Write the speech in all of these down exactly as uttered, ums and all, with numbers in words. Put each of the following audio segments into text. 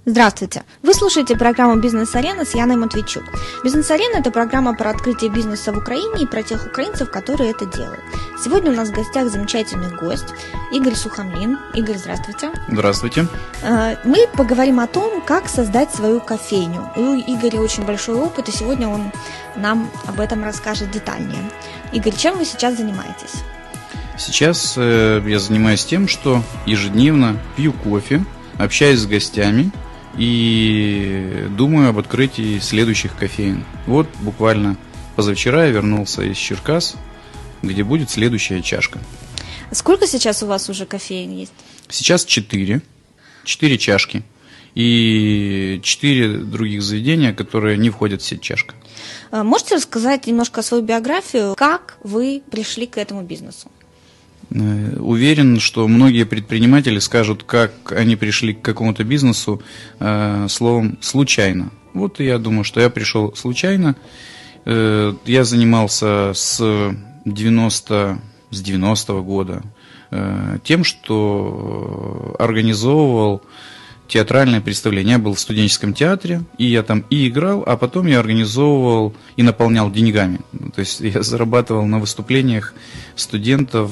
Здравствуйте! Вы слушаете программу «Бизнес-арена» с Яной Матвейчук. «Бизнес-арена» – это программа про открытие бизнеса в Украине и про тех украинцев, которые это делают. Сегодня у нас в гостях замечательный гость Игорь Сухомлин. Игорь, здравствуйте. Здравствуйте. Мы поговорим о том, как создать свою кофейню. У Игоря очень большой опыт, и сегодня он нам об этом расскажет детальнее. Игорь, чем вы сейчас занимаетесь? Сейчас э, я занимаюсь тем, что ежедневно пью кофе, общаюсь с гостями и думаю об открытии следующих кофеен. Вот буквально позавчера я вернулся из Черкас, где будет следующая чашка. Сколько сейчас у вас уже кофеен есть? Сейчас четыре. Четыре чашки. И четыре других заведения, которые не входят в сеть чашка. Можете рассказать немножко о свою биографию? Как вы пришли к этому бизнесу? Уверен, что многие предприниматели скажут, как они пришли к какому-то бизнесу э, словом «случайно». Вот и я думаю, что я пришел случайно. Э, я занимался с девяностого, с девяностого года э, тем, что организовывал театральное представление. Я был в студенческом театре, и я там и играл, а потом я организовывал и наполнял деньгами. То есть я зарабатывал на выступлениях студентов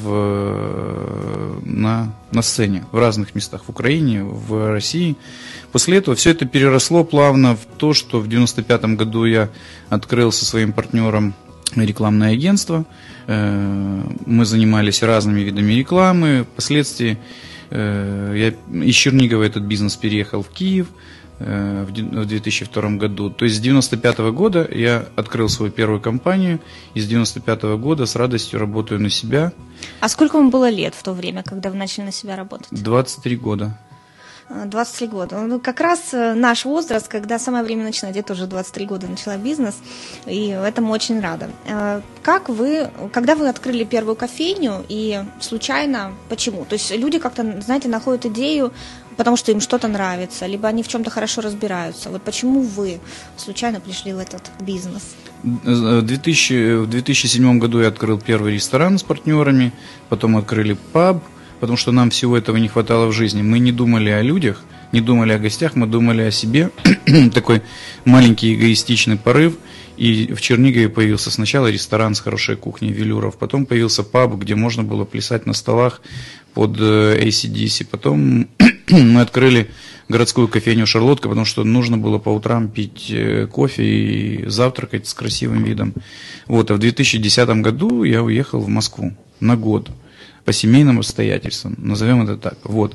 на, на сцене в разных местах в Украине, в России. После этого все это переросло плавно в то, что в девяносто пятом году я открыл со своим партнером рекламное агентство. Мы занимались разными видами рекламы. Впоследствии я из Чернигова этот бизнес переехал в Киев в две тысячи втором году. То есть с девяносто пятого года я открыл свою первую компанию, и с девяносто пятого года с радостью работаю на себя. А сколько вам было лет в то время, когда вы начали на себя работать? двадцать три года. двадцать три года. Ну, как раз наш возраст, когда самое время начинать. Я тоже двадцать три года начала бизнес, и этому очень рада. Как вы, когда вы открыли первую кофейню, и случайно, почему? То есть люди как-то, знаете, находят идею, потому что им что-то нравится, либо они в чем-то хорошо разбираются. Вот почему вы случайно пришли в этот бизнес? В две тысячи седьмом году я открыл первый ресторан с партнерами, потом открыли паб, потому что нам всего этого не хватало в жизни. Мы не думали о людях, не думали о гостях, мы думали о себе. Такой маленький эгоистичный порыв. И в Чернигове появился сначала ресторан с хорошей кухней велюров, потом появился паб, где можно было плясать на столах под эй си ди си. Потом мы открыли городскую кофейню «Шарлотка», потому что нужно было по утрам пить кофе и завтракать с красивым видом. Вот. А в две тысячи десятом году я уехал в Москву на год. По семейным обстоятельствам, назовем это так. Вот.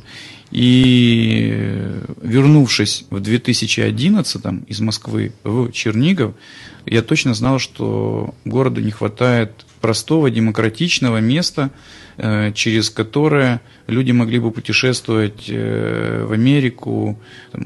И вернувшись в две тысячи одиннадцатом из Москвы в Чернигов, я точно знал, что городу не хватает простого, демократичного места, через которое люди могли бы путешествовать в Америку,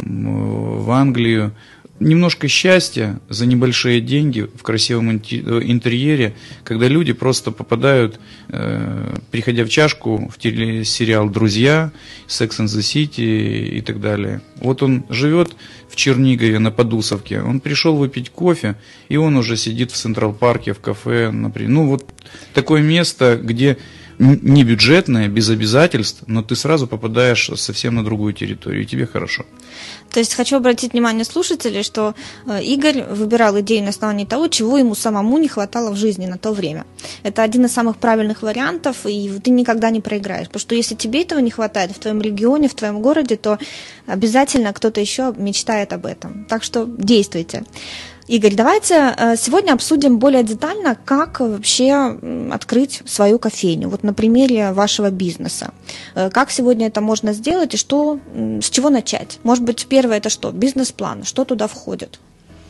в Англию. Немножко счастья за небольшие деньги в красивом интерьере, когда люди просто попадают, э, приходя в чашку, в телесериал «Друзья», «Sex and the City» и так далее. Вот он живет в Чернигове на Подусовке, он пришел выпить кофе, и он уже сидит в Централ-парке, в кафе, например. Ну вот такое место, где не бюджетное, без обязательств, но ты сразу попадаешь совсем на другую территорию, и тебе хорошо. То есть хочу обратить внимание слушателей, что Игорь выбирал идею на основании того, чего ему самому не хватало в жизни на то время. Это один из самых правильных вариантов, и ты никогда не проиграешь. Потому что если тебе этого не хватает в твоем регионе, в твоем городе, то обязательно кто-то еще мечтает об этом. Так что действуйте. Игорь, давайте сегодня обсудим более детально, как вообще открыть свою кофейню. Вот на примере вашего бизнеса. Как сегодня это можно сделать и что, с чего начать? Может быть, первое это что? Бизнес-план. Что туда входит?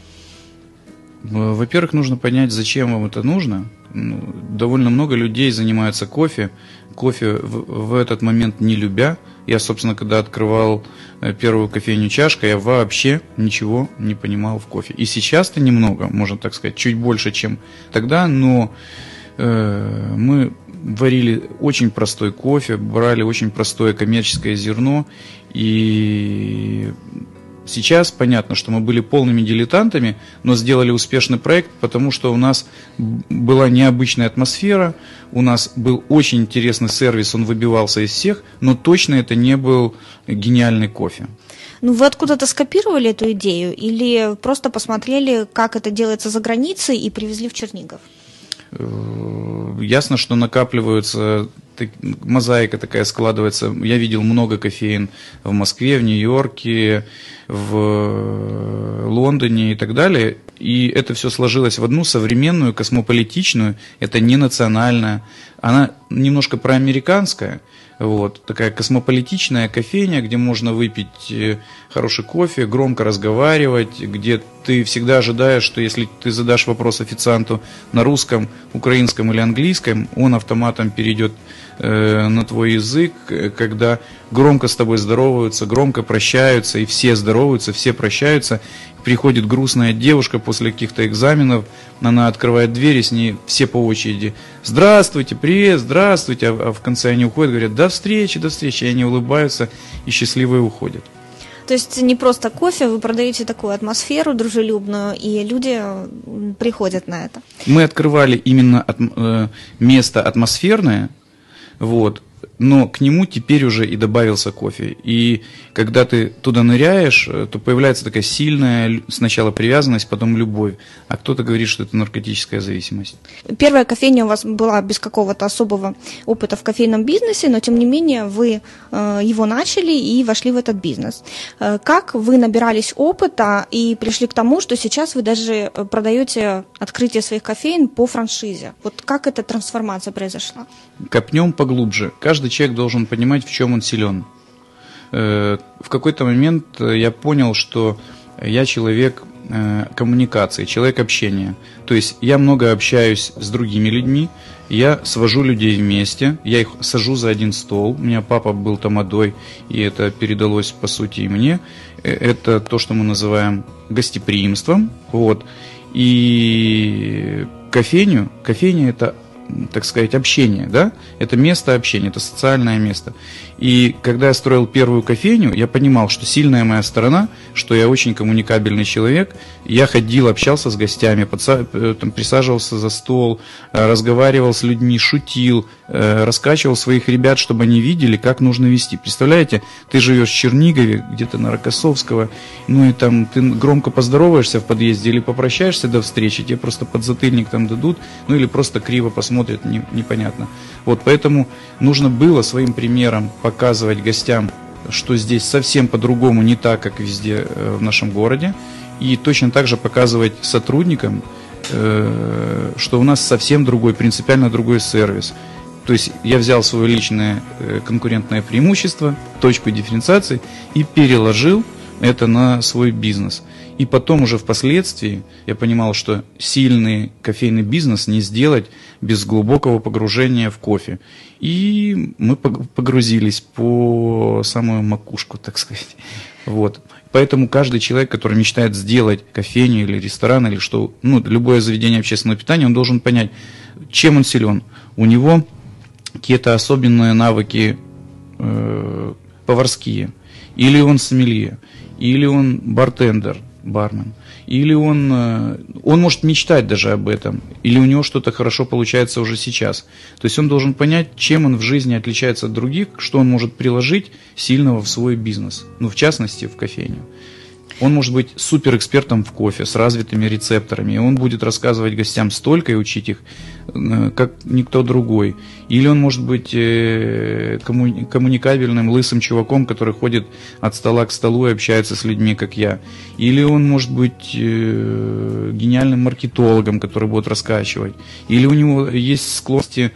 Во-первых, нужно понять, зачем вам это нужно. Довольно много людей занимаются кофе. Кофе в, в этот момент не любя. Я, собственно, когда открывал первую кофейню «Чашка», я вообще ничего не понимал в кофе. И сейчас-то немного, можно так сказать, чуть больше, чем тогда, но э, мы варили очень простой кофе, брали очень простое коммерческое зерно, и сейчас понятно, что мы были полными дилетантами, но сделали успешный проект, потому что у нас была необычная атмосфера, у нас был очень интересный сервис, он выбивался из всех, но точно это не был гениальный кофе. Ну, вы откуда-то скопировали эту идею или просто посмотрели, как это делается за границей и привезли в Чернигов? Ясно, что накапливаются, мозаика такая складывается. Я видел много кофеен в Москве, в Нью-Йорке, в Лондоне и так далее. И это все сложилось в одну современную, космополитичную, это не национальная, она немножко проамериканская. Вот, такая космополитичная кофейня, где можно выпить хороший кофе, громко разговаривать, где ты всегда ожидаешь, что если ты задашь вопрос официанту на русском, украинском или английском, он автоматом перейдет э, на твой язык, когда громко с тобой здороваются, громко прощаются, и все здороваются, все прощаются. Приходит грустная девушка после каких-то экзаменов, она открывает дверь, и с ней все по очереди: «Здравствуйте, привет, здравствуйте», а в конце они уходят, говорят: «До встречи, до встречи», и они улыбаются и счастливые уходят. То есть не просто кофе, вы продаете такую атмосферу дружелюбную, и люди приходят на это. Мы открывали именно от, э, место атмосферное, вот, но к нему теперь уже и добавился кофе. И когда ты туда ныряешь, то появляется такая сильная сначала привязанность, потом любовь. А кто-то говорит, что это наркотическая зависимость. Первая кофейня у вас была без какого-то особого опыта в кофейном бизнесе, но тем не менее вы э, его начали и вошли в этот бизнес. Э, как вы набирались опыта и пришли к тому, что сейчас вы даже продаете открытие своих кофеен по франшизе? Вот как эта трансформация произошла? Копнем поглубже. Каждый человек должен понимать, в чем он силен. В какой-то момент я понял, что я человек коммуникации, человек общения. То есть я много общаюсь с другими людьми, я свожу людей вместе, я их сажу за один стол. У меня папа был тамадой, и это передалось по сути и мне. Это то, что мы называем гостеприимством. Вот. И кофейню, кофейня – это, так сказать, общение, да? Это место общения, это социальное место. И когда я строил первую кофейню, я понимал, что сильная моя сторона, что я очень коммуникабельный человек. Я ходил, общался с гостями, подса... там, присаживался за стол, разговаривал с людьми, шутил, раскачивал своих ребят, чтобы они видели, как нужно вести. Представляете, ты живешь в Чернигове, где-то на Рокоссовского, ну и там ты громко поздороваешься в подъезде или попрощаешься до встречи, тебе просто подзатыльник там дадут, ну или просто криво посмотрят, не, непонятно. Вот поэтому нужно было своим примером показывать гостям, что здесь совсем по-другому, не так, как везде э, в нашем городе, и точно так же показывать сотрудникам, э, что у нас совсем другой, принципиально другой сервис. То есть я взял свое личное э, конкурентное преимущество, точку дифференциации и переложил это на свой бизнес. И потом уже впоследствии я понимал, что сильный кофейный бизнес не сделать без глубокого погружения в кофе. И мы погрузились по самую макушку, так сказать. Вот. Поэтому каждый человек, который мечтает сделать кофейню или ресторан, или что, ну, любое заведение общественного питания, он должен понять, чем он силен. У него какие-то особенные навыки э, поварские, или он сомелье, или он бартендер, бармен, или он, он может мечтать даже об этом, или у него что-то хорошо получается уже сейчас. То есть он должен понять, чем он в жизни отличается от других, что он может приложить сильного в свой бизнес, ну, в частности, в кофейню. Он может быть суперэкспертом в кофе, с развитыми рецепторами, и он будет рассказывать гостям столько и учить их, как никто другой. Или он может быть коммуни- коммуникабельным, лысым чуваком, который ходит от стола к столу и общается с людьми, как я. Или он может быть гениальным маркетологом, который будет раскачивать. Или у него есть склонности,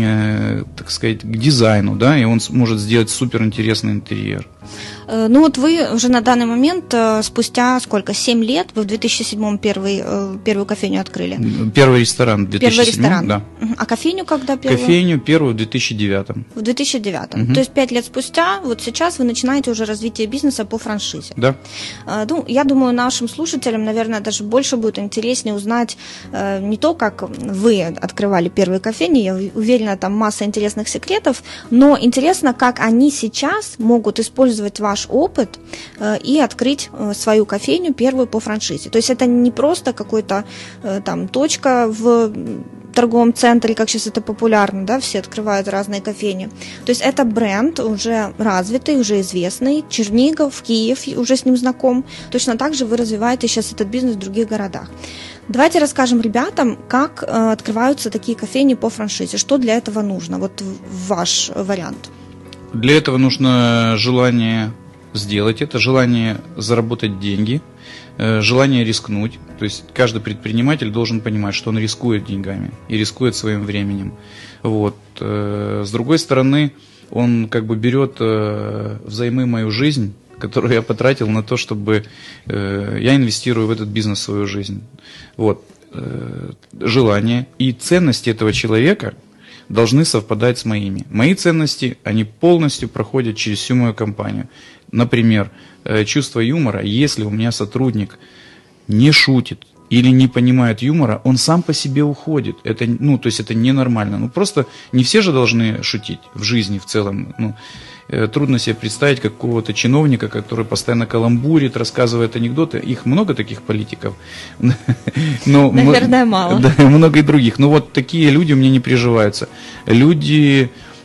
так сказать, к дизайну, да, и он может сделать суперинтересный интерьер. Ну вот вы уже на данный момент, спустя сколько, семь лет, вы в две тысячи седьмом первый, первую кофейню открыли? Первый ресторан в две тысячи седьмом, первый ресторан, да. А кофейню когда первую? Кофейню первую в две тысячи девятом. В две тысячи девятом. Угу. То есть пять лет спустя, вот сейчас вы начинаете уже развитие бизнеса по франшизе. Да. Ну, я думаю, нашим слушателям, наверное, даже больше будет интереснее узнать не то, как вы открывали первые кофейни, я уверена, там масса интересных секретов, но интересно, как они сейчас могут использовать ваш опыт э, и открыть э, свою кофейню первую по франшизе. То есть это не просто какой-то э, там точка в торговом центре, как сейчас это популярно, да, все открывают разные кофейни. То есть это бренд уже развитый, уже известный, Чернигов, Киев уже с ним знаком. Точно так же вы развиваете сейчас этот бизнес в других городах. Давайте расскажем ребятам, как э, открываются такие кофейни по франшизе, что для этого нужно, вот ваш вариант. Для этого нужно желание сделать это, желание заработать деньги, желание рискнуть. То есть каждый предприниматель должен понимать, что он рискует деньгами и рискует своим временем. Вот. С другой стороны, он как бы берет взаймы мою жизнь, которую я потратил на то, чтобы я инвестирую в этот бизнес свою жизнь. Вот. Желание и ценности этого человека должны совпадать с моими. Мои ценности, они полностью проходят через всю мою компанию. Например, чувство юмора. Если у меня сотрудник не шутит или не понимает юмора, он сам по себе уходит. Это, ну, то есть это ненормально. Ну, просто не все же должны шутить в жизни в целом. Ну, трудно себе представить какого-то чиновника, который постоянно каламбурит, рассказывает анекдоты. Их много таких политиков. Но, наверное, мало. Да, много и других. Но вот такие люди у меня не приживаются. Люди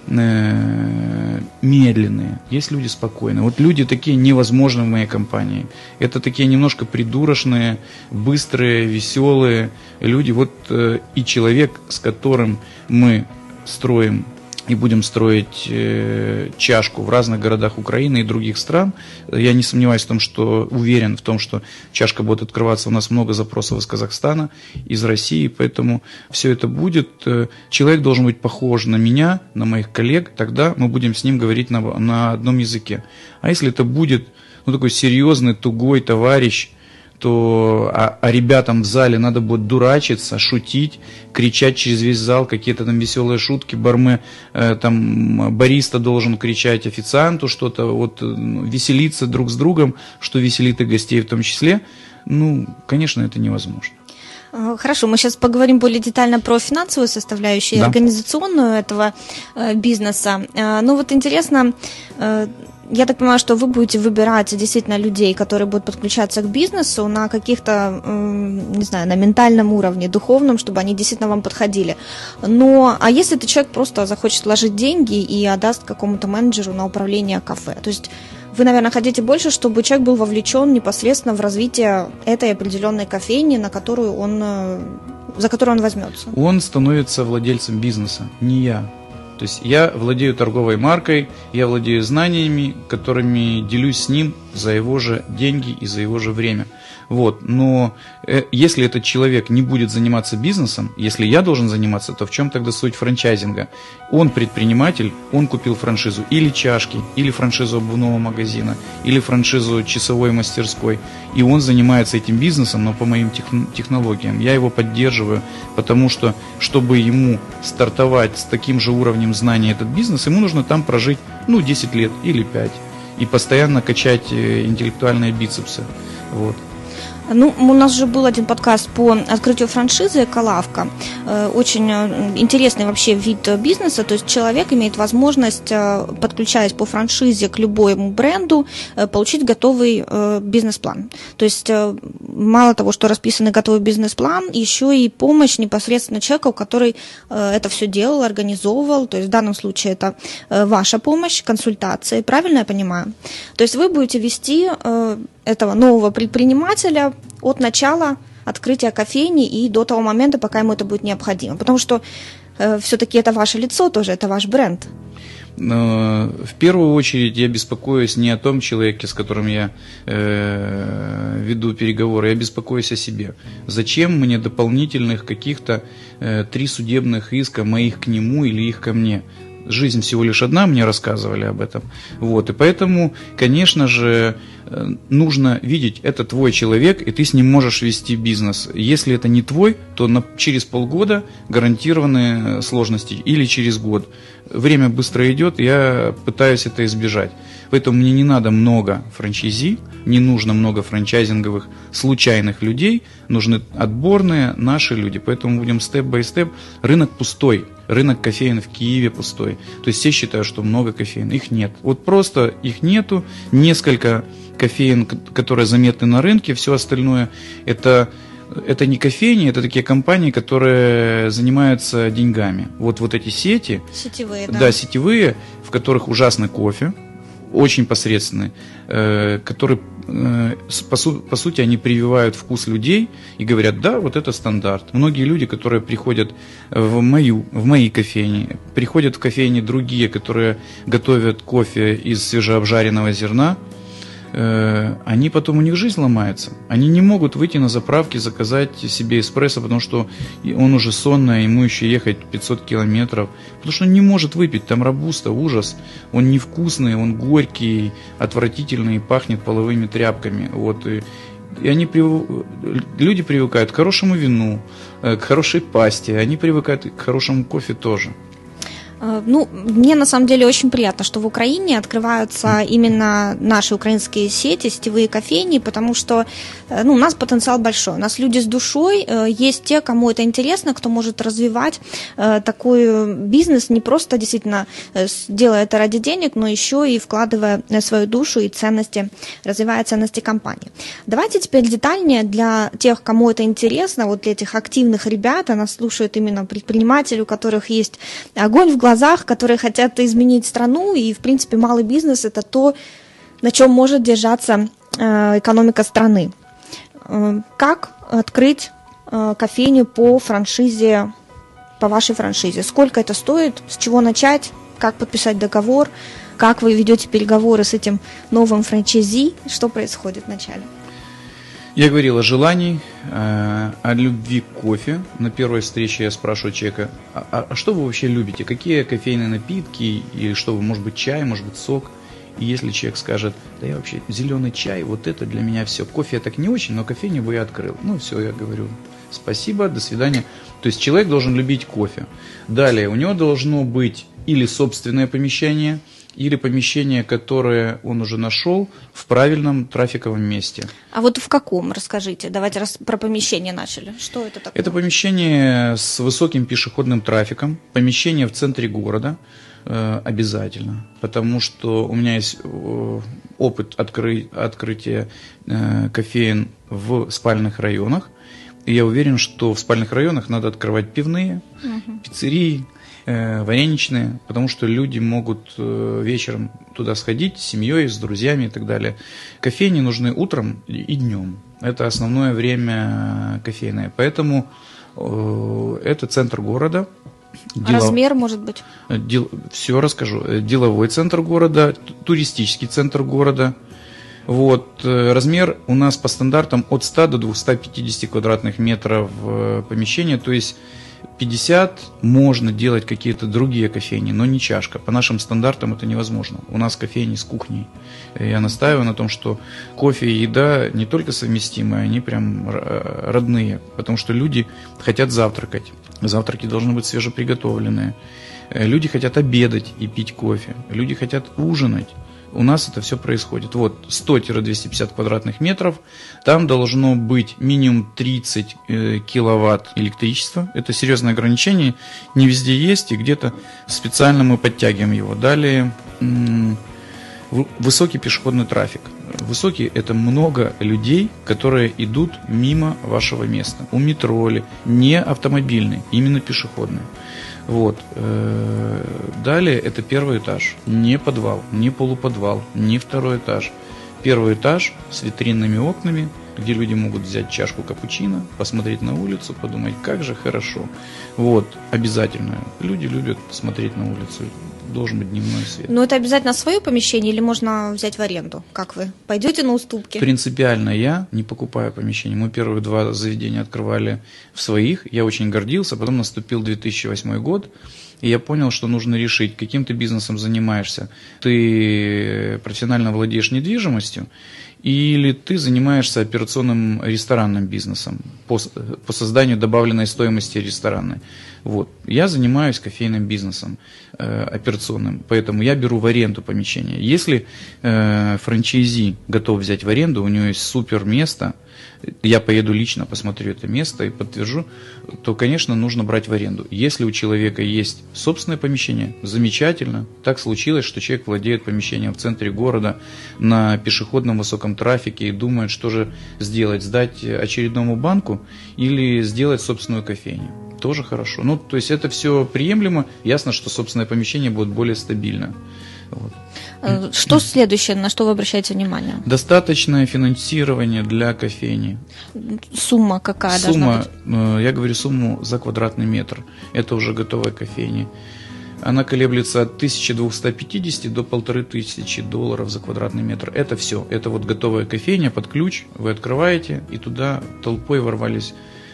э, медленные, есть люди спокойные. Вот люди такие невозможны в моей компании. Это такие немножко придурочные, быстрые, веселые люди. Вот э, и человек, с которым мы строим и будем строить э, чашку в разных городах Украины и других стран. Я не сомневаюсь в том, что, уверен в том, что чашка будет открываться. У нас много запросов из Казахстана, из России, поэтому все это будет. Человек должен быть похож на меня, на моих коллег, тогда мы будем с ним говорить на, на одном языке. А если это будет ну, такой серьезный, тугой товарищ, то а, а ребятам в зале надо будет дурачиться, шутить, кричать через весь зал какие-то там веселые шутки, барме, э, там бариста должен кричать официанту что-то, вот веселиться друг с другом, что веселит и гостей в том числе, ну, конечно, это невозможно. Хорошо, мы сейчас поговорим более детально про финансовую составляющую, да. Организационную этого э, бизнеса. Э, ну вот интересно, э, я так понимаю, что вы будете выбирать действительно людей, которые будут подключаться к бизнесу на каких-то, не знаю, на ментальном уровне, духовном, чтобы они действительно вам подходили. Но, а если этот человек просто захочет вложить деньги и отдаст какому-то менеджеру на управление кафе? То есть вы, наверное, хотите больше, чтобы человек был вовлечен непосредственно в развитие этой определенной кофейни, на которую он, за которую он возьмется? Он становится владельцем бизнеса, не я. То есть я владею торговой маркой, я владею знаниями, которыми делюсь с ним за его же деньги и за его же время. Вот. Но э, если этот человек не будет заниматься бизнесом, если я должен заниматься, то в чем тогда суть франчайзинга? Он предприниматель, он купил франшизу или чашки, или франшизу обувного магазина, или франшизу часовой мастерской, и он занимается этим бизнесом, но по моим тех, технологиям. Я его поддерживаю, потому что, чтобы ему стартовать с таким же уровнем знаний этот бизнес, ему нужно там прожить ну, десять лет или пять и постоянно качать интеллектуальные бицепсы. Вот. Ну, у нас же был один подкаст по открытию франшизы «Эколавка». Очень интересный вообще вид бизнеса. То есть человек имеет возможность, подключаясь по франшизе к любому бренду, получить готовый бизнес-план. То есть мало того, что расписанный готовый бизнес-план, еще и помощь непосредственно человеку, который это все делал, организовывал. То есть в данном случае это ваша помощь, консультации. Правильно я понимаю? То есть вы будете вести этого нового предпринимателя от начала открытия кофейни и до того момента, пока ему это будет необходимо. Потому что э, все-таки это ваше лицо тоже, это ваш бренд. Но в первую очередь я беспокоюсь не о том человеке, с которым я э, веду переговоры, я беспокоюсь о себе. Зачем мне дополнительных каких-то э, три судебных иска моих к нему или их ко мне? Жизнь всего лишь одна, мне рассказывали об этом. Вот. И поэтому, конечно же, нужно видеть, это твой человек, и ты с ним можешь вести бизнес. Если это не твой, то на, через полгода гарантированы сложности или через год. Время быстро идет, я пытаюсь это избежать. Поэтому мне не надо много франчайзи, не нужно много франчайзинговых случайных людей, нужны отборные наши люди. Поэтому будем степ-бай-степ. Рынок пустой, рынок кофеин в Киеве пустой. То есть все считают, что много кофеин, их нет. Вот просто их нету, несколько кофеин, которые заметны на рынке, все остальное это это не кофейни, это такие компании, которые занимаются деньгами. Вот, вот эти сети, сетевые, да? Да, сетевые, в которых ужасный кофе, очень посредственный, э, который, э, по, су- по сути, они прививают вкус людей и говорят, да, вот это стандарт. Многие люди, которые приходят в мою, в мои кофейни, приходят в кофейни другие, которые готовят кофе из свежеобжаренного зерна, э, они потом, у них жизнь ломается. Они не могут выйти на заправки, заказать себе эспрессо, потому что он уже сонный, ему еще ехать пятьсот километров, потому что он не может выпить, там робуста, ужас, он невкусный, он горький, отвратительный, пахнет половыми тряпками, вот, и, и они прив... люди привыкают к хорошему вину, к хорошей пасте, они привыкают к хорошему кофе тоже. Ну, мне на самом деле очень приятно, что в Украине открываются именно наши украинские сети, сетевые кофейни, потому что ну, у нас потенциал большой. У нас люди с душой, есть те, кому это интересно, кто может развивать такой бизнес, не просто действительно делая это ради денег, но еще и вкладывая свою душу и ценности, развивая ценности компании. Давайте теперь детальнее для тех, кому это интересно, вот для этих активных ребят, а нас слушают именно предприниматели, у которых есть огонь в глазах, которые хотят изменить страну, и, в принципе, малый бизнес – это то, на чем может держаться э, экономика страны. Э, как открыть э, кофейню по франшизе, по вашей франшизе? Сколько это стоит? С чего начать? Как подписать договор? Как вы ведете переговоры с этим новым франчайзи? Что происходит вначале? Я говорил о желании, э, о любви к кофе. На первой встрече я спрашиваю человека, а, а что вы вообще любите? Какие кофейные напитки? И что вы, может быть, чай, может быть, сок? И если человек скажет, да я вообще зеленый чай, вот это для меня все. Кофе я так не очень, но кофейню бы я открыл. Ну все, я говорю, спасибо, до свидания. То есть человек должен любить кофе. Далее, у него должно быть или собственное помещение, или помещение, которое он уже нашел в правильном трафиковом месте. А вот в каком, расскажите? Давайте раз про помещение начали. Что это такое? Это помещение с высоким пешеходным трафиком, помещение в центре города э, обязательно, потому что у меня есть э, опыт откры- открытия э, кофеен в спальных районах, и я уверен, что в спальных районах надо открывать пивные, угу. пиццерии, вареничные, потому что люди могут вечером туда сходить с семьей, с друзьями и так далее. Кофейни нужны утром и днем. Это основное время кофейное. Поэтому это центр города. Дело... Размер, может быть? Дел... Все расскажу. Деловой центр города, туристический центр города. Вот. Размер у нас по стандартам от ста до двухсот пятидесяти квадратных метров помещения, то есть пятьдесят можно делать какие-то другие кофейни, но не чашка. По нашим стандартам это невозможно. У нас кофейни с кухней. Я настаиваю на том, что кофе и еда не только совместимые, они прям родные, потому что люди хотят завтракать. Завтраки должны быть свежеприготовленные. Люди хотят обедать и пить кофе. Люди хотят ужинать. У нас это все происходит. Вот сто - двести пятьдесят квадратных метров. Там должно быть минимум тридцать э, киловатт электричества. Это серьезное ограничение. Не везде есть, и где-то специально мы подтягиваем его. Далее м- высокий пешеходный трафик. Высокий – это много людей, которые идут мимо вашего места. У метро ли, не автомобильный, именно пешеходный. Вот. Далее это первый этаж, не подвал, не полуподвал, не второй этаж. Первый этаж с витринными окнами, где люди могут взять чашку капучино, посмотреть на улицу, подумать, как же хорошо. Вот, обязательно. Люди любят смотреть на улицу. Должен быть дневной свет. Но это обязательно свое помещение или можно взять в аренду? Как вы? Пойдете на уступки? Принципиально я не покупаю помещение. Мы первые два заведения открывали в своих. Я очень гордился. Потом наступил две тысячи восьмой год. И я понял, что нужно решить, каким ты бизнесом занимаешься. Ты профессионально владеешь недвижимостью или ты занимаешься операционным ресторанным бизнесом по, по созданию добавленной стоимости ресторанной. Вот. Я занимаюсь кофейным бизнесом э, операционным, поэтому я беру в аренду помещение. Если э, франчайзи готов взять в аренду, у него есть супер место, я поеду лично, посмотрю это место и подтвержу, то, конечно, нужно брать в аренду. Если у человека есть собственное помещение, замечательно. Так случилось, что человек владеет помещением в центре города на пешеходном высоком трафике и думает, что же сделать, сдать очередному банку или сделать собственную кофейню. Тоже хорошо. Ну, то есть это все приемлемо. Ясно, что собственное помещение будет более стабильно. Вот. Что следующее, на что вы обращаете внимание? Достаточное финансирование для кофейни. Сумма какая Сумма, должна быть? Я говорю сумму за квадратный метр. Это уже готовая кофейня. Она колеблется от тысячи двухсот пятидесяти до полторы тысячи долларов за квадратный метр. Это все. Это вот готовая кофейня под ключ. Вы открываете, и туда толпой ворвались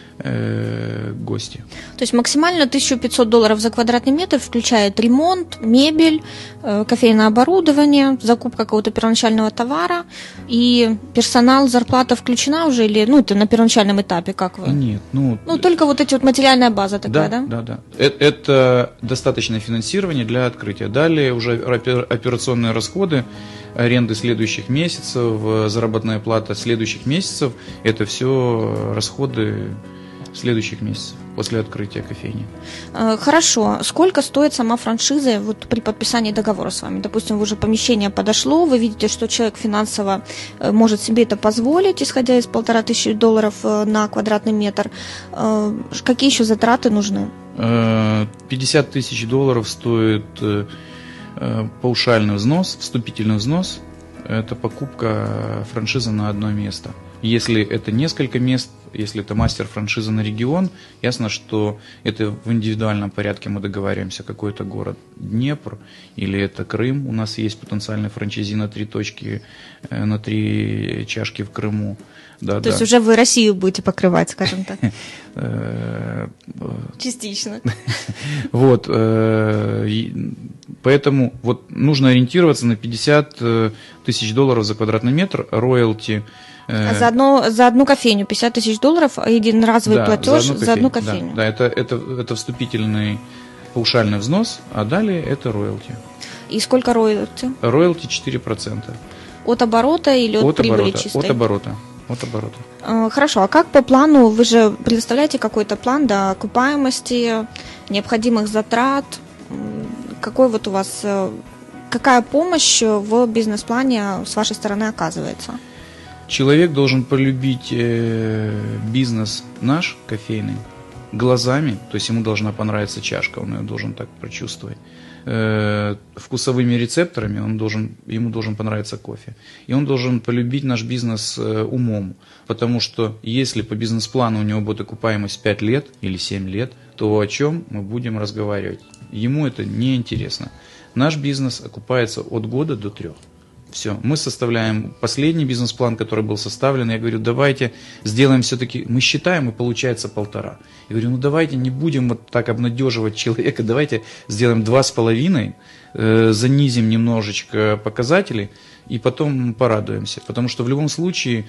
гости. То есть максимально тысяча пятьсот долларов за квадратный метр включает ремонт, мебель, кофейное оборудование, закупка какого-то первоначального товара и персонал, зарплата включена уже или, ну, это на первоначальном этапе, как вы? Нет, ну... Ну, только вот эти вот материальная база такая, да? Да, да, да. Это, это достаточное финансирование для открытия. Далее уже операционные расходы, аренды следующих месяцев, заработная плата следующих месяцев, это все расходы следующих месяцев после открытия кофейни. Хорошо. Сколько стоит сама франшиза вот при подписании договора с вами? Допустим, уже помещение подошло, вы видите, что человек финансово может себе это позволить, исходя из полтора тысячи долларов на квадратный метр. Какие еще затраты нужны? пятьдесят тысяч долларов стоит паушальный взнос, вступительный взнос. Это покупка франшизы на одно место. Если это несколько мест, если это мастер-франшиза на регион, ясно, что это в индивидуальном порядке мы договариваемся, какой это город, Днепр или это Крым. У нас есть потенциальный франчайзи на три точки, на три чашки в Крыму. Да, То да. есть уже вы Россию будете покрывать, скажем так? Частично. Вот. Поэтому вот нужно ориентироваться на пятьдесят тысяч долларов за квадратный метр, роялти. А за, одно, за одну кофейню пятьдесят тысяч долларов, единоразовый да, платеж за одну кофейню. За одну кофейню. Да, да это, это, это вступительный паушальный взнос, а далее это роялти. И сколько роялти? Роялти четыре процента. От оборота или от, от прибыли оборота, чистой? От оборота. От оборота. Хорошо, а как по плану, вы же предоставляете какой-то план до окупаемости, необходимых затрат? Какой вот у вас, какая помощь в бизнес-плане с вашей стороны оказывается? Человек должен полюбить э, бизнес наш, кофейный, глазами, то есть ему должна понравиться чашка, он ее должен так прочувствовать. Э, вкусовыми рецепторами он должен, ему должен понравиться кофе. И он должен полюбить наш бизнес э, умом, потому что если по бизнес-плану у него будет окупаемость пять лет или семь лет, то о чем мы будем разговаривать? Ему это не интересно. Наш бизнес окупается от года до трех. Все, мы составляем последний бизнес-план, который был составлен. Я говорю, давайте сделаем все-таки, мы считаем, и получается полтора. Я говорю, ну давайте не будем вот так обнадеживать человека, давайте сделаем два с половиной, э, занизим немножечко показатели и потом порадуемся. Потому что в любом случае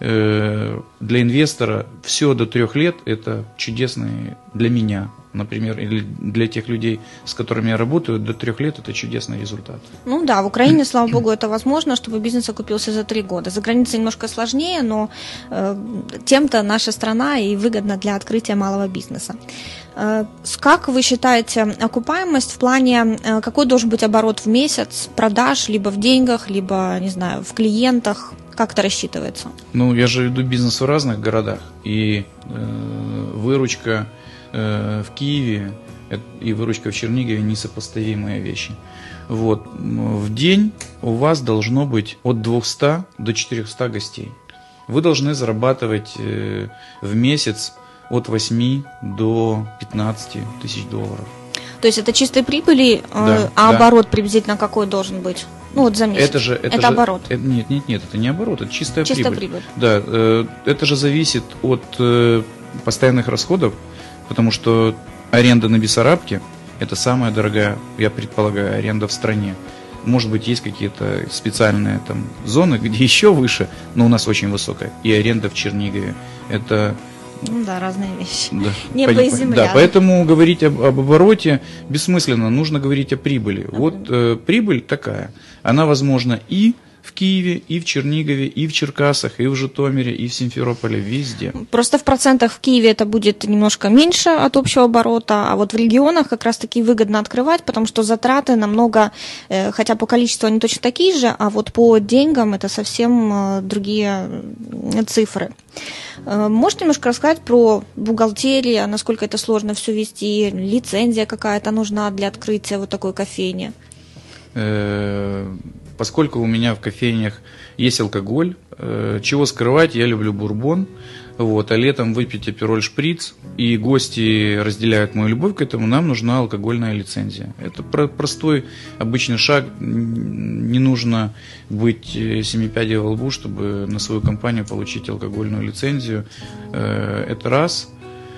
э, для инвестора все до трех лет это чудесный для меня. Например, или для тех людей, с которыми я работаю, до трех лет это чудесный результат. Ну да, в Украине, слава богу, это возможно, чтобы бизнес окупился за три года. За границей немножко сложнее, но э, тем-то наша страна и выгодна для открытия малого бизнеса. Э, как вы считаете окупаемость в плане, э, какой должен быть оборот в месяц продаж, либо в деньгах, либо, не знаю, в клиентах? Как это рассчитывается? Ну, я же веду бизнес в разных городах, и э, выручка в Киеве и выручка в Чернигове несопоставимые вещи. Вот. В день у вас должно быть от двухсот до четырехсот гостей. Вы должны зарабатывать в месяц от восьми до пятнадцати тысяч долларов. То есть это чистой прибыли, да, а да. Оборот приблизительно какой должен быть? Ну вот за месяц. Это же это, это же, оборот. Это, нет, нет, нет, это не оборот, это чистая, чистая прибыль. прибыль. Да, э, это же зависит от э, постоянных расходов. Потому что аренда на Бессарабке – это самая дорогая, я предполагаю, аренда в стране. Может быть, есть какие-то специальные там зоны, где еще выше, но у нас очень высокая. И аренда в Чернигове – это Ну да, разные вещи. Да. Небо Пон- и земля. Да, поэтому говорить об, об обороте бессмысленно, нужно говорить о прибыли. А, вот э, прибыль такая, она возможна и в Киеве, и в Чернигове, и в Черкасах, и в Житомире, и в Симферополе, везде. Просто в процентах в Киеве это будет немножко меньше от общего оборота, а вот в регионах как раз-таки выгодно открывать, потому что затраты намного, э, хотя по количеству они точно такие же, а вот по деньгам это совсем э, другие э, цифры. Э, можете немножко рассказать про бухгалтерию, насколько это сложно все вести, лицензия какая-то нужна для открытия вот такой кофейни? Э, Поскольку у меня в кофейнях есть алкоголь, э, чего скрывать, я люблю бурбон, вот, а летом выпить апероль шприц, и гости разделяют мою любовь к этому, нам нужна алкогольная лицензия. Это про- простой, обычный шаг, не нужно быть семипядей во лбу, чтобы на свою компанию получить алкогольную лицензию. Э, это раз.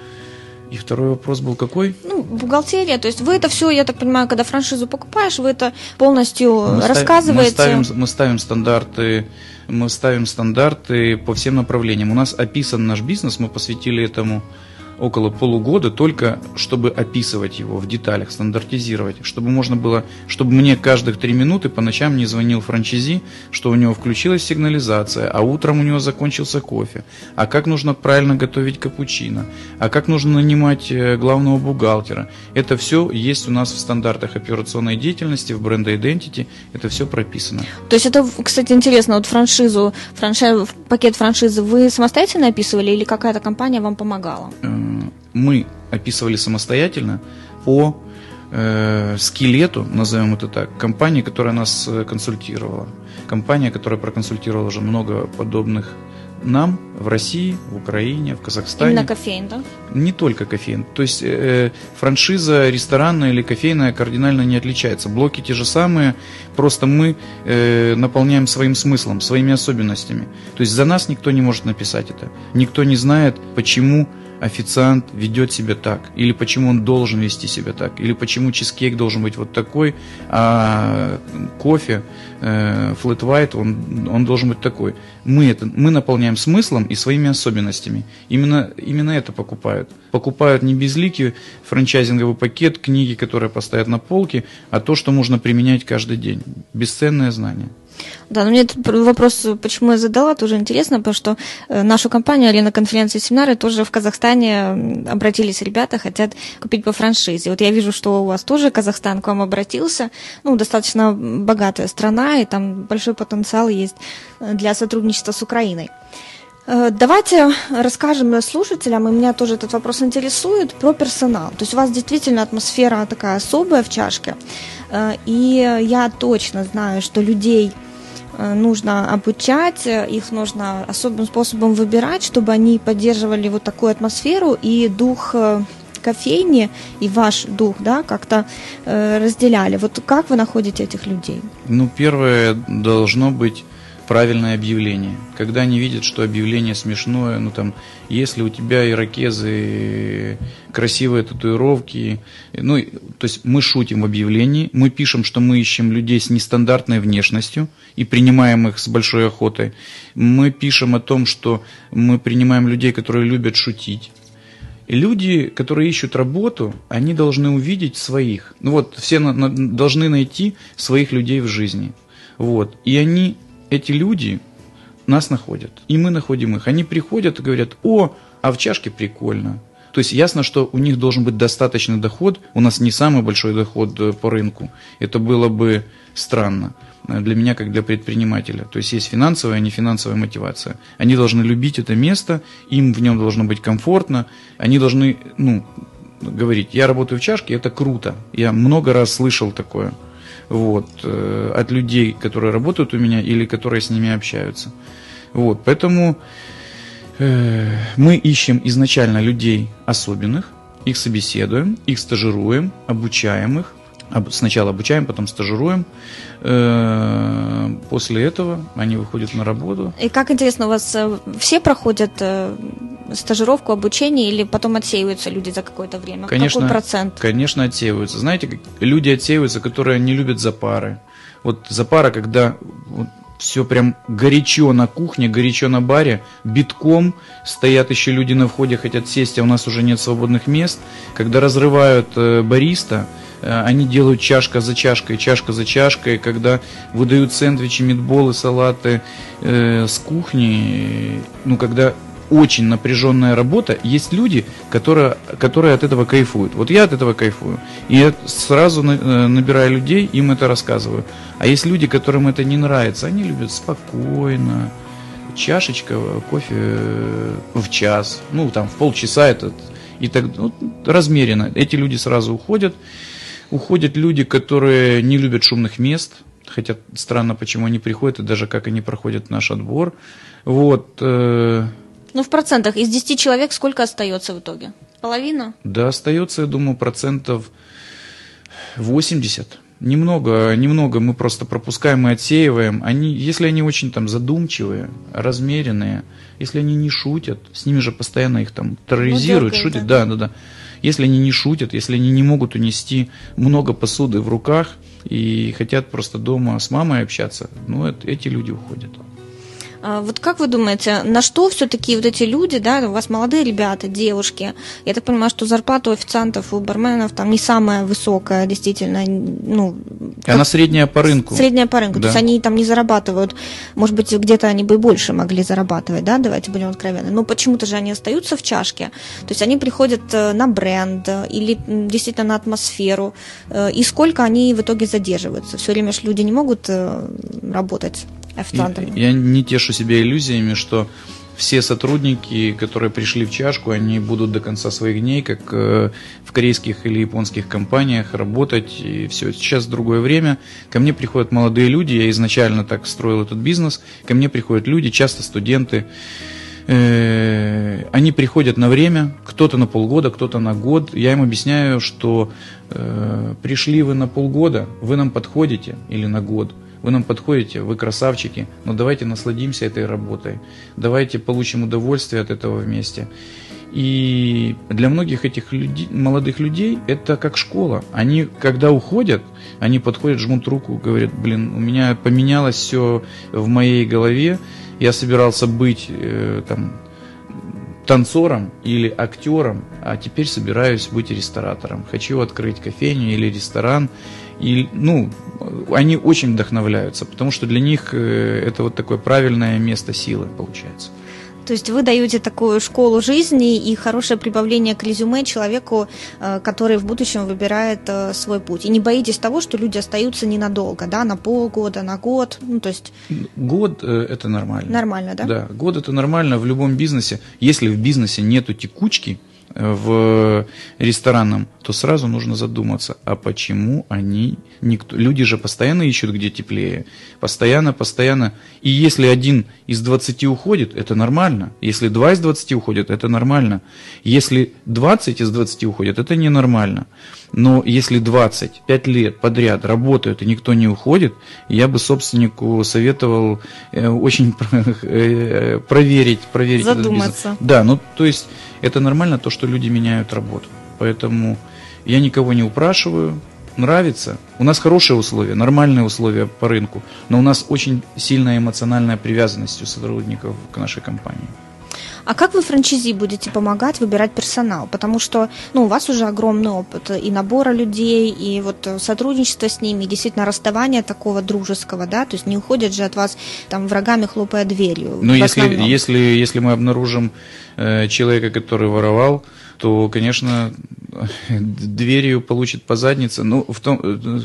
И второй вопрос был какой? Ну, бухгалтерия, то есть вы это все, я так понимаю, когда франшизу покупаешь, вы это полностью мы рассказываете. Ставим, мы, ставим, мы ставим стандарты, мы ставим стандарты по всем направлениям. У нас описан наш бизнес, мы посвятили этому около полугода только чтобы описывать его в деталях, стандартизировать, чтобы можно было, чтобы мне каждых три минуты по ночам не звонил франчайзи, что у него включилась сигнализация, а утром у него закончился кофе, а как нужно правильно готовить капучино, а как нужно нанимать главного бухгалтера. Это все есть у нас в стандартах операционной деятельности, в бренд Identity, это все прописано. То есть это, кстати, интересно, вот франшизу, франшиз, пакет франшизы вы самостоятельно описывали или какая-то компания вам помогала? Мы описывали самостоятельно по э, скелету, назовем это так, компании, которая нас консультировала. Компания, которая проконсультировала уже много подобных нам в России, в Украине, в Казахстане. Именно кофеин, да? Не только кофеин. То есть э, франшиза ресторанная или кофейная кардинально не отличается. Блоки те же самые, просто мы э, наполняем своим смыслом, своими особенностями. То есть за нас никто не может написать это. Никто не знает, почему официант ведет себя так, или почему он должен вести себя так, или почему чизкейк должен быть вот такой, а кофе, э, flat white, он, он должен быть такой. Мы, это, мы наполняем смыслом и своими особенностями. Именно, именно это покупают. Покупают не безликий франчайзинговый пакет, книги, которые поставят на полке, а то, что можно применять каждый день. Бесценное знание. Да, но мне этот вопрос, почему я задала, тоже интересно, потому что нашу компанию «Арена конференции и семинары» тоже в Казахстане обратились ребята, хотят купить по франшизе. Вот я вижу, что у вас тоже Казахстан к вам обратился, ну, достаточно богатая страна, и там большой потенциал есть для сотрудничества с Украиной. Давайте расскажем слушателям, и меня тоже этот вопрос интересует, про персонал. То есть у вас действительно атмосфера такая особая в чашке, и я точно знаю, что людей нужно обучать, их нужно особым способом выбирать, чтобы они поддерживали вот такую атмосферу и дух кофейни, и ваш дух, да, как-то разделяли. Вот как вы находите этих людей? Ну, первое, должно быть правильное объявление. Когда они видят, что объявление смешное, ну там, если у тебя ирокезы, красивые татуировки, ну, то есть мы шутим в объявлении, мы пишем, что мы ищем людей с нестандартной внешностью и принимаем их с большой охотой. Мы пишем о том, что мы принимаем людей, которые любят шутить. И люди, которые ищут работу, они должны увидеть своих. Ну вот, все на, на, должны найти своих людей в жизни. Вот. И они, эти люди, нас находят. И мы находим их. Они приходят и говорят: о, а в чашке прикольно. То есть ясно, что у них должен быть достаточный доход. У нас не самый большой доход по рынку. Это было бы странно для меня, как для предпринимателя. То есть есть финансовая и нефинансовая мотивация. Они должны любить это место, им в нем должно быть комфортно. Они должны, ну, говорить: я работаю в чашке, это круто. Я много раз слышал такое. Вот, э, от людей, которые работают у меня или которые с ними общаются. Вот, поэтому э, мы ищем изначально людей особенных, их собеседуем, их стажируем, обучаем их. Об, сначала обучаем, потом стажируем. Э, после этого они выходят на работу. И как интересно, у вас все проходят э, стажировку, обучение, или потом отсеиваются люди за какое-то время? Конечно, какой процент? Конечно, отсеиваются. Знаете, как люди отсеиваются, которые не любят запары. Вот запара, когда вот, все прям горячо на кухне, горячо на баре, битком, стоят еще люди на входе, хотят сесть, а у нас уже нет свободных мест. Когда разрывают э, бариста, э, они делают чашка за чашкой, чашка за чашкой. Когда выдают сэндвичи, митболы, салаты э, с кухни, ну, когда очень напряженная работа, есть люди, которые, которые от этого кайфуют. Вот я от этого кайфую. И я сразу на, набираю людей, им это рассказываю. А есть люди, которым это не нравится, они любят спокойно, чашечка кофе в час, ну там в полчаса этот, и так ну, размеренно. Эти люди сразу уходят. Уходят люди, которые не любят шумных мест, хотя странно, почему они приходят, и даже как они проходят наш отбор. Вот. Ну, в процентах. Из десяти человек сколько остается в итоге? Половина? Да, остается, я думаю, процентов восемьдесят. Немного, немного мы просто пропускаем и отсеиваем. Они, если они очень там задумчивые, размеренные, если они не шутят, с ними же постоянно их там терроризируют, ну, шутят, да, да, да. Если они не шутят, если они не могут унести много посуды в руках и хотят просто дома с мамой общаться, ну, это, эти люди уходят. Вот как вы думаете, на что все-таки вот эти люди, да, у вас молодые ребята, девушки, я так понимаю, что зарплата у официантов, у барменов там не самая высокая, действительно, ну... Она средняя по рынку. Средняя по рынку, да. То есть они там не зарабатывают, может быть, где-то они бы и больше могли зарабатывать, да, давайте будем откровенны, но почему-то же они остаются в чашке, то есть они приходят на бренд или действительно на атмосферу, и сколько они в итоге задерживаются, все время же люди не могут работать официантами. Я не тешу себя иллюзиями, что все сотрудники, которые пришли в чашку, они будут до конца своих дней, как в корейских или японских компаниях, работать, и все. Сейчас другое время. Ко мне приходят молодые люди, я изначально так строил этот бизнес, ко мне приходят люди, часто студенты, они приходят на время, кто-то на полгода, кто-то на год. Я им объясняю, что э, пришли вы на полгода, вы нам подходите, или на год, вы нам подходите, вы красавчики, но давайте насладимся этой работой, давайте получим удовольствие от этого вместе. И для многих этих людей, молодых людей это как школа. Они, когда уходят, они подходят, жмут руку, говорят, блин, у меня поменялось все в моей голове, я собирался быть э, там, танцором или актером, а теперь собираюсь быть ресторатором. Хочу открыть кофейню или ресторан. И, ну, они очень вдохновляются, потому что для них э, это вот такое правильное место силы получается. То есть вы даете такую школу жизни и хорошее прибавление к резюме человеку, который в будущем выбирает свой путь. И не боитесь того, что люди остаются ненадолго, да, на полгода, на год. Ну, то есть... Год – это нормально. Нормально, да? Да, год – это нормально в любом бизнесе. Если в бизнесе нету текучки, в ресторанном, то сразу нужно задуматься, а почему они никто, люди же постоянно ищут, где теплее, постоянно, постоянно, и если один из двадцати уходит, это нормально, если два из двадцати уходят, это нормально, если двадцать из двадцати уходят, это ненормально, но если двадцать пять лет подряд работают и никто не уходит, я бы собственнику советовал э, очень э, проверить, проверить задуматься. Этот бизнес. Да, ну то есть это нормально, то, что люди меняют работу. Поэтому я никого не упрашиваю. Нравится. У нас хорошие условия, нормальные условия по рынку, но у нас очень сильная эмоциональная привязанность у сотрудников к нашей компании. А как вы франчайзи будете помогать выбирать персонал? Потому что ну, у вас уже огромный опыт и набора людей, и вот сотрудничество с ними, и действительно расставание такого дружеского, да, то есть не уходят же от вас там врагами, хлопая дверью. Ну, если, если, если мы обнаружим э, человека, который воровал, то, конечно, дверью получит по заднице. Ну, в том,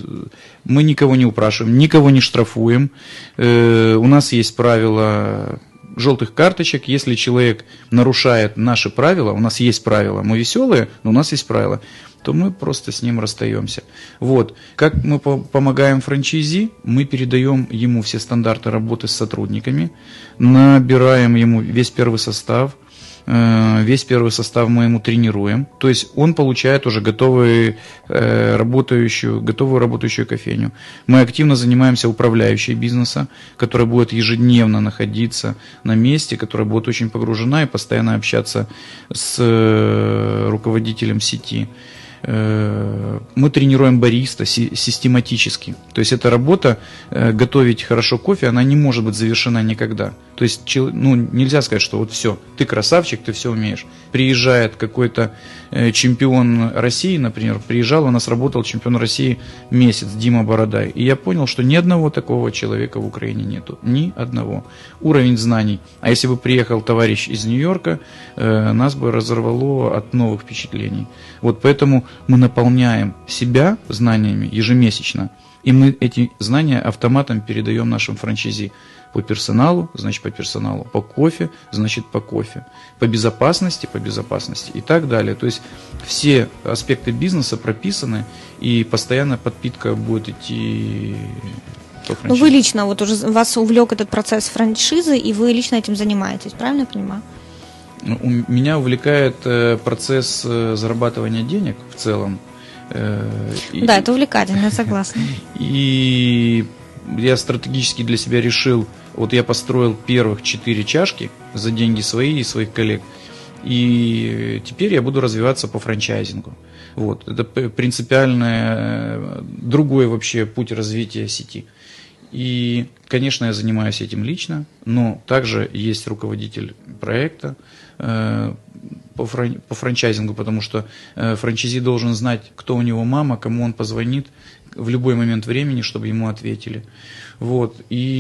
мы никого не упрашиваем, никого не штрафуем. Э, у нас есть правила желтых карточек. Если человек нарушает наши правила, у нас есть правила, мы веселые, но у нас есть правила, то мы просто с ним расстаемся. Вот. Как мы помогаем франчайзи? Мы передаем ему все стандарты работы с сотрудниками, набираем ему весь первый состав, весь первый состав мы ему тренируем, то есть он получает уже готовую работающую, готовую работающую кофейню. Мы активно занимаемся управляющей бизнеса, которая будет ежедневно находиться на месте, которая будет очень погружена и постоянно общаться с руководителем сети. Мы тренируем бариста систематически. То есть эта работа, готовить хорошо кофе, она не может быть завершена никогда. То есть ну, нельзя сказать, что вот все, ты красавчик, ты все умеешь. Приезжает какой-то чемпион России, например, приезжал, у нас работал чемпион России месяц, Дима Бородай. И я понял, что ни одного такого человека в Украине нету. Ни одного. Уровень знаний. А если бы приехал товарищ из Нью-Йорка, нас бы разорвало от новых впечатлений. Вот поэтому мы наполняем себя знаниями ежемесячно, и мы эти знания автоматом передаем нашим франчайзи. По персоналу, значит по персоналу, по кофе, значит по кофе, по безопасности, по безопасности и так далее. То есть все аспекты бизнеса прописаны, и постоянно подпитка будет идти по франчайзи. Ну вы лично, вот уже вас увлек этот процесс франшизы, и вы лично этим занимаетесь, правильно я понимаю? У меня увлекает процесс зарабатывания денег в целом. Да, это увлекательно, я согласна. И я стратегически для себя решил, вот я построил первых четыре чашки за деньги свои и своих коллег, и теперь я буду развиваться по франчайзингу. Вот. Это принципиально другой вообще путь развития сети. И, конечно, я занимаюсь этим лично, но также есть руководитель проекта э, по, фран, по франчайзингу, потому что э, франчайзи должен знать, кто у него мама, кому он позвонит в любой момент времени, чтобы ему ответили. Вот.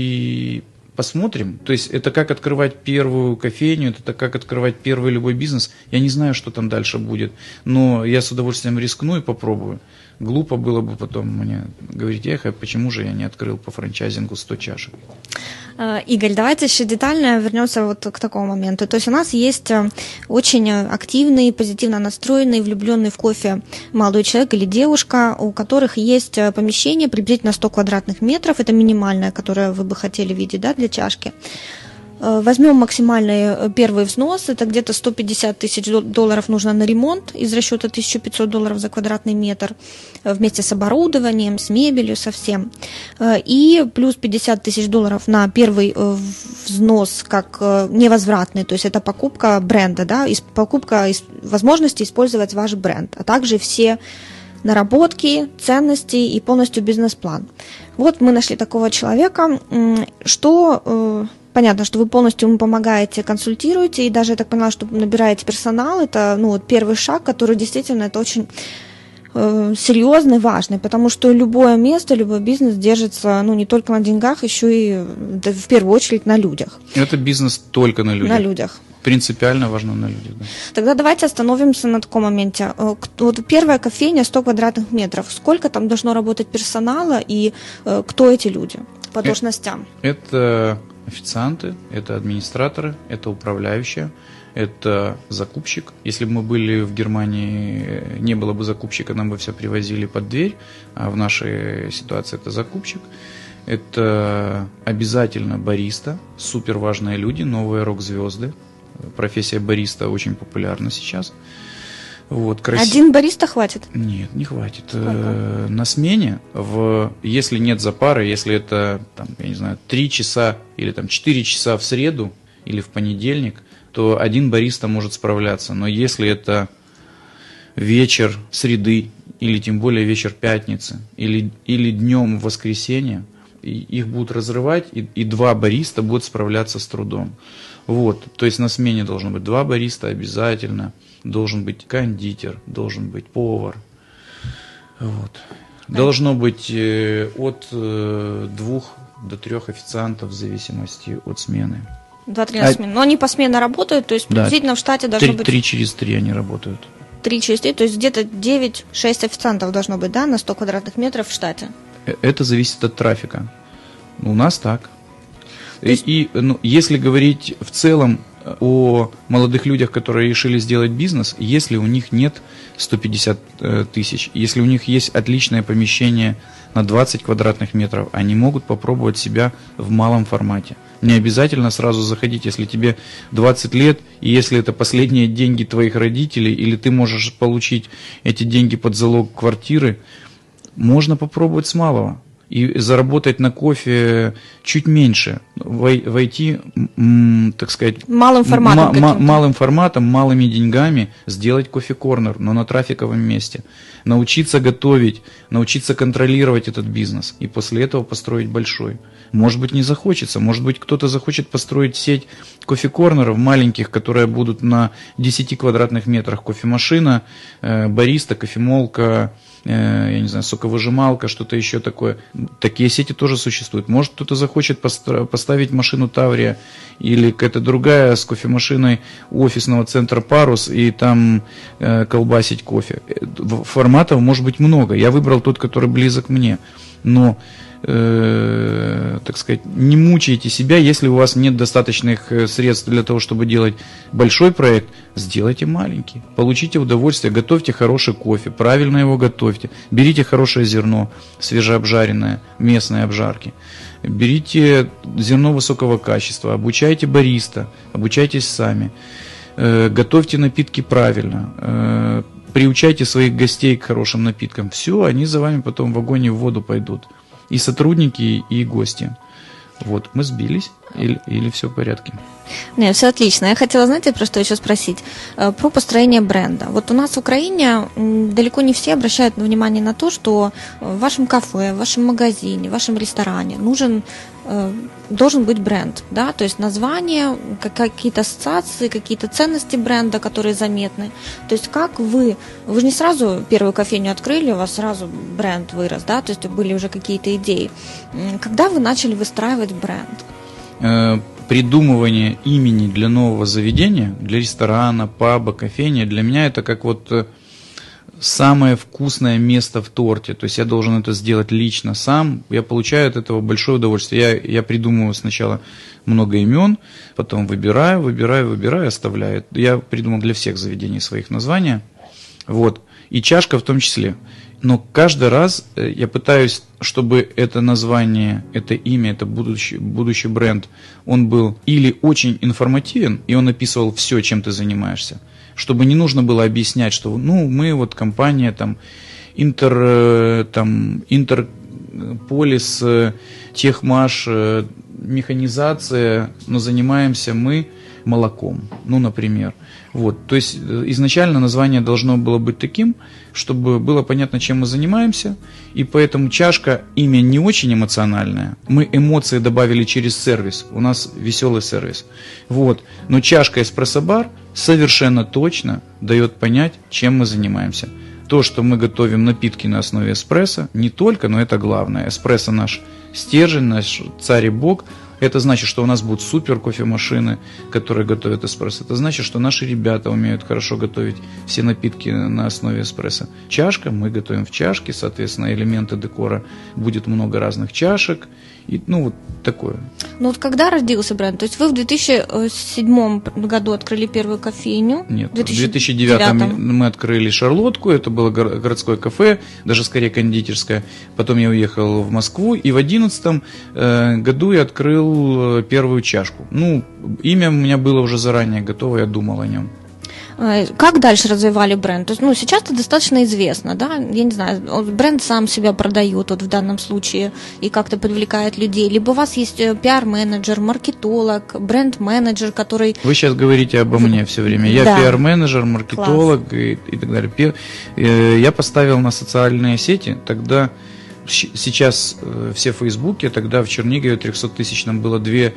И посмотрим. То есть это как открывать первую кофейню, это как открывать первый любой бизнес. Я не знаю, что там дальше будет, но я с удовольствием рискну и попробую. Глупо было бы потом мне говорить, эх, а почему же я не открыл по франчайзингу сто чашек? Игорь, давайте еще детально вернемся вот к такому моменту. То есть у нас есть очень активный, позитивно настроенный, влюбленный в кофе молодой человек или девушка, у которых есть помещение приблизительно сто квадратных метров, это минимальное, которое вы бы хотели видеть, да, для чашки. Возьмем максимальный первый взнос, это где-то сто пятьдесят тысяч долларов нужно на ремонт из расчета тысяча пятьсот долларов за квадратный метр, вместе с оборудованием, с мебелью, со всем. И плюс пятьдесят тысяч долларов на первый взнос как невозвратный, то есть это покупка бренда, да, покупка возможности использовать ваш бренд, а также все наработки, ценности и полностью бизнес-план. Вот мы нашли такого человека, что... Понятно, что вы полностью ему помогаете, консультируете, и даже, я так поняла, что набираете персонал, это ну, вот первый шаг, который действительно это очень э, серьезный, важный, потому что любое место, любой бизнес держится ну, не только на деньгах, еще и да, в первую очередь на людях. Это бизнес только на людях. На людях. Принципиально важно на людях. Да. Тогда давайте остановимся на таком моменте. Вот первая кофейня, сто квадратных метров. Сколько там должно работать персонала и э, кто эти люди по должностям? Это... Официанты, это администраторы, это управляющие, это закупщик. Если бы мы были в Германии, не было бы закупщика, нам бы все привозили под дверь, а в нашей ситуации это закупщик. Это обязательно бариста, супер важные люди, новые рок-звезды. Профессия бариста очень популярна сейчас. Вот, красив... Один бариста хватит? Нет, не хватит. Сколько? На смене, в... если нет запары, если это, там, я не знаю, три часа или там, четыре часа в среду или в понедельник, то один бариста может справляться. Но если это вечер среды или тем более вечер пятницы или, или днем в воскресенье, их будут разрывать, и, и два бариста будут справляться с трудом. Вот, то есть на смене должно быть два бариста обязательно. Должен быть кондитер, должен быть повар. Вот. Должно быть э, от э, двух до трех официантов в зависимости от смены. Два-три а, смены. Но они посменно работают, то есть да, приблизительно в штате должно три, быть... Три через три они работают. Три через три, то есть где-то девять-шесть официантов должно быть, да, на сто квадратных метров в штате? Это зависит от трафика. У нас так. Есть... И, и ну, если говорить в целом о молодых людях, которые решили сделать бизнес, если у них нет сто пятьдесят тысяч, если у них есть отличное помещение на двадцать квадратных метров, они могут попробовать себя в малом формате. Не обязательно сразу заходить, если тебе двадцать лет, и если это последние деньги твоих родителей, или ты можешь получить эти деньги под залог квартиры, можно попробовать с малого. и заработать на кофе чуть меньше, войти, так сказать, малым форматом, м- м- малым форматом, малыми деньгами, сделать кофе-корнер, но на трафиковом месте, научиться готовить, научиться контролировать этот бизнес и после этого построить большой. Может быть, не захочется, может быть, кто-то захочет построить сеть кофе-корнеров маленьких, которые будут на десяти квадратных метрах, кофемашина, э, бариста, кофемолка, э, я не знаю, соковыжималка, что-то еще такое. Такие сети тоже существуют. Может, кто-то захочет постро- поставить машину Таврия или какая-то другая с кофемашиной у офисного центра Парус и там э, колбасить кофе. Форматов может быть много. Я выбрал тот, который близок мне. Но Э, так сказать, не мучайте себя, если у вас нет достаточных средств для того, чтобы делать большой проект, сделайте маленький, получите удовольствие, готовьте хороший кофе, правильно его готовьте, берите хорошее зерно, свежеобжаренное, местные обжарки, берите зерно высокого качества, обучайте бариста, обучайтесь сами, э, готовьте напитки правильно, э, приучайте своих гостей к хорошим напиткам, все, они за вами потом в огонь и в воду пойдут. И сотрудники, и гости. Вот, мы сбились, или, или все в порядке? Нет, все отлично. Я хотела, знаете, про что еще спросить? Про построение бренда. Вот у нас в Украине далеко не все обращают внимание на то, что в вашем кафе, в вашем магазине, в вашем ресторане нужен, должен быть бренд, да, то есть название, какие-то ассоциации, какие-то ценности бренда, которые заметны. То есть как вы, вы же не сразу первую кофейню открыли, у вас сразу бренд вырос, да, то есть были уже какие-то идеи. Когда вы начали выстраивать бренд? Придумывание имени для нового заведения, для ресторана, паба, кофейни, для меня это как вот самое вкусное место в торте. То есть я должен это сделать лично сам. Я получаю от этого большое удовольствие. Я, я придумываю сначала много имен, потом выбираю, выбираю, выбираю, оставляю. Я придумал для всех заведений своих названия. Вот. И чашка в том числе. Но каждый раз я пытаюсь, чтобы это название, это имя, это будущий, будущий бренд, он был или очень информативен, и он описывал все, чем ты занимаешься, чтобы не нужно было объяснять, что ну, мы вот компания там, Интер, там, Интерполис, Техмаш, механизация, но занимаемся мы молоком, ну, например. Вот, то есть изначально название должно было быть таким, чтобы было понятно, чем мы занимаемся, и поэтому чашка, имя не очень эмоциональное, мы эмоции добавили через сервис, у нас веселый сервис, вот, но чашка эспрессо-бар совершенно точно дает понять, чем мы занимаемся. То, что мы готовим напитки на основе эспрессо, не только, но это главное. Эспрессо наш стержень, наш царь и бог. Это значит, что у нас будут супер кофемашины, которые готовят эспрессо. Это значит, что наши ребята умеют хорошо готовить все напитки на основе эспрессо. Чашка, мы готовим в чашке, соответственно, элементы декора, будет много разных чашек. И, ну, вот такое. Ну, вот когда родился бренд? То есть вы в две тысячи седьмом году открыли первую кофейню? Нет, в две тысячи девятом мы открыли Шарлотку, это было городское кафе, даже скорее кондитерское. Потом я уехал в Москву, и в две тысячи одиннадцатом э, году я открыл первую чашку. Ну, имя у меня было уже заранее готово, я думал о нем. Как дальше развивали бренд? То есть, ну, сейчас это достаточно известно, да, я не знаю, бренд сам себя продает вот в данном случае и как-то привлекает людей, либо у вас есть пиар-менеджер, маркетолог, бренд-менеджер, который... Вы сейчас говорите обо мне все время, я да. пиар-менеджер, маркетолог и, и так далее. Я поставил на социальные сети, тогда... Сейчас э, все в Фейсбуке, тогда в Чернигове трехсоттысячном было две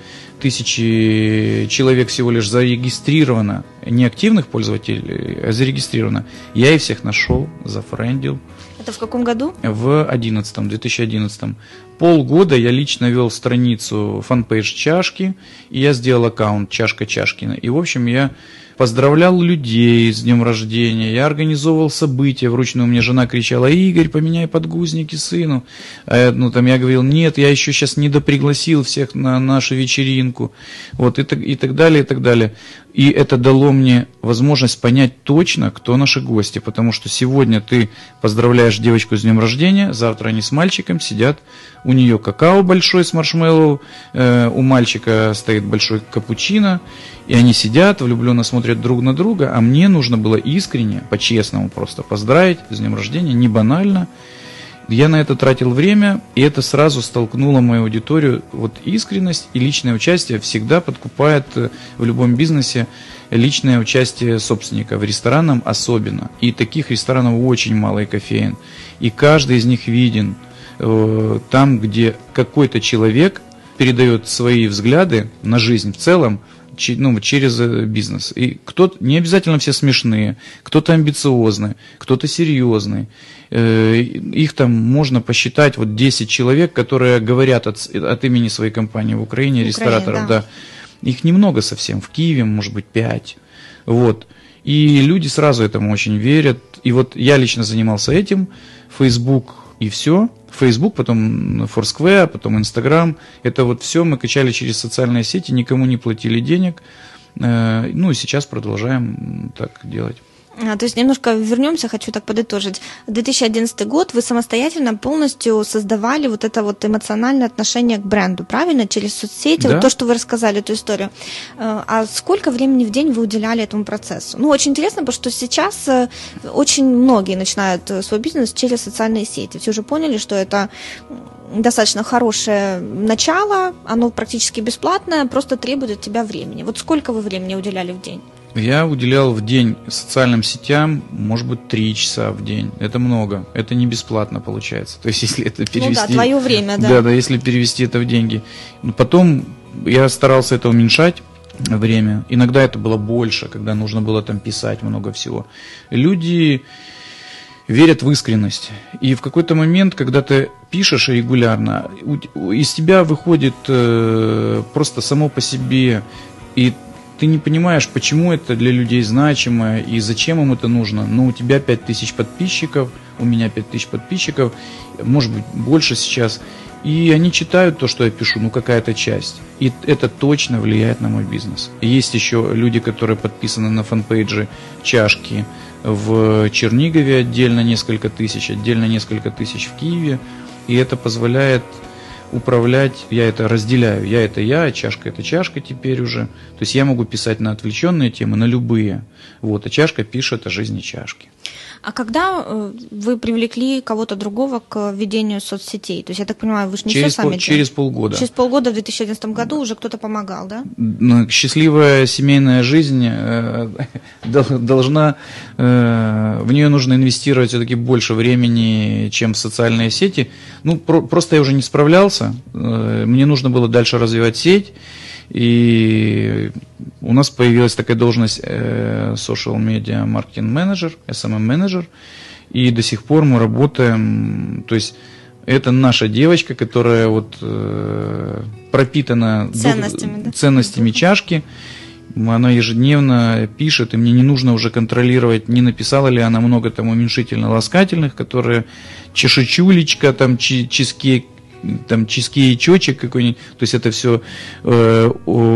тысячи человек всего лишь зарегистрировано, не активных пользователей, а зарегистрировано. Я их всех нашел, зафрендил. Это в каком году? В одиннадцатом, две тысячи одиннадцатом. Полгода я лично вел страницу фан-пейдж чашки, и я сделал аккаунт Чашка Чашкина. И, в общем, я поздравлял людей с днем рождения, я организовывал события, вручную мне жена кричала: Игорь, поменяй подгузники сыну. А я, ну, там, я говорил: нет, я еще сейчас не допригласил всех на нашу вечеринку. Вот, и, так, и так далее, и так далее. И это дало мне возможность понять точно, кто наши гости, потому что сегодня ты поздравляешь девочку с днем рождения, завтра они с мальчиком сидят, у нее какао большой с маршмеллоу, э, у мальчика стоит большой капучино, и они сидят, влюбленно смотрят друг на друга, а мне нужно было искренне, по-честному просто поздравить с днем рождения, не банально. Я на это тратил время, и это сразу столкнуло мою аудиторию. Вот искренность и личное участие всегда подкупает в любом бизнесе личное участие собственника, в ресторанном особенно. И таких ресторанов очень мало, и кофеен. И каждый из них виден э, там, где какой-то человек передает свои взгляды на жизнь в целом, ну, через бизнес. И кто-то, не обязательно все смешные, кто-то амбициозный, кто-то серьезный. Их там можно посчитать, вот десять человек, которые говорят от, от имени своей компании в Украине, в рестораторов, Украине, да. да. Их немного совсем, в Киеве, может быть, пять. Вот. И люди сразу этому очень верят. И вот я лично занимался этим, Facebook и все. Facebook, потом Foursquare, потом Instagram. Это вот все мы качали через социальные сети, никому не платили денег. Ну и сейчас продолжаем так делать. А, то есть немножко вернемся, хочу так подытожить. две тысячи одиннадцатый год вы самостоятельно полностью создавали вот это вот эмоциональное отношение к бренду, правильно? Через соцсети, да. Вот то, что вы рассказали, эту историю. А сколько времени в день вы уделяли этому процессу? Ну, очень интересно, потому что сейчас очень многие начинают свой бизнес через социальные сети. Все уже поняли, что это достаточно хорошее начало, оно практически бесплатное, просто требует от тебя времени. Вот сколько вы времени уделяли в день? Я уделял в день социальным сетям, может быть, три часа в день. Это много. Это не бесплатно получается. То есть, если это перевести... Ну да, твое время, да. Да, да, если перевести это в деньги. Потом я старался это уменьшать, время. Иногда это было больше, когда нужно было там писать много всего. Люди верят в искренность. И в какой-то момент, когда ты пишешь регулярно, из тебя выходит э, просто само по себе, и ты не понимаешь, почему это для людей значимо и зачем им это нужно. Но у тебя пять тысяч подписчиков, у меня пять тысяч подписчиков, может быть, больше сейчас. И они читают то, что я пишу, ну какая-то часть. И это точно влияет на мой бизнес. Есть еще люди, которые подписаны на фанпейджи «Чашки» в Чернигове, отдельно несколько тысяч, отдельно несколько тысяч в Киеве. И это позволяет управлять, я это разделяю, я это я, а чашка это чашка теперь уже. То есть я могу писать на отвлеченные темы, на любые. Вот, а чашка пишет о жизни чашки. А когда вы привлекли кого-то другого к ведению соцсетей? То есть, я так понимаю, вы же не через все сами пол, Через полгода. Через полгода в две тысячи одиннадцатом году уже кто-то помогал, да? Счастливая семейная жизнь э, должна, э, в нее нужно инвестировать все-таки больше времени, чем в социальные сети. Ну, про, просто я уже не справлялся, э, мне нужно было дальше развивать сеть. И у нас появилась такая должность э, Social Media Marketing Manager, эс эм эм менеджер, и до сих пор мы работаем, то есть это наша девочка, которая вот э, пропитана ценностями, дух, да? ценностями чашки. Она ежедневно пишет, и мне не нужно уже контролировать, не написала ли она много там уменьшительно-ласкательных, которые чешечулечка, там чизкейк, там чизкейчочек какой-нибудь, то есть это все э,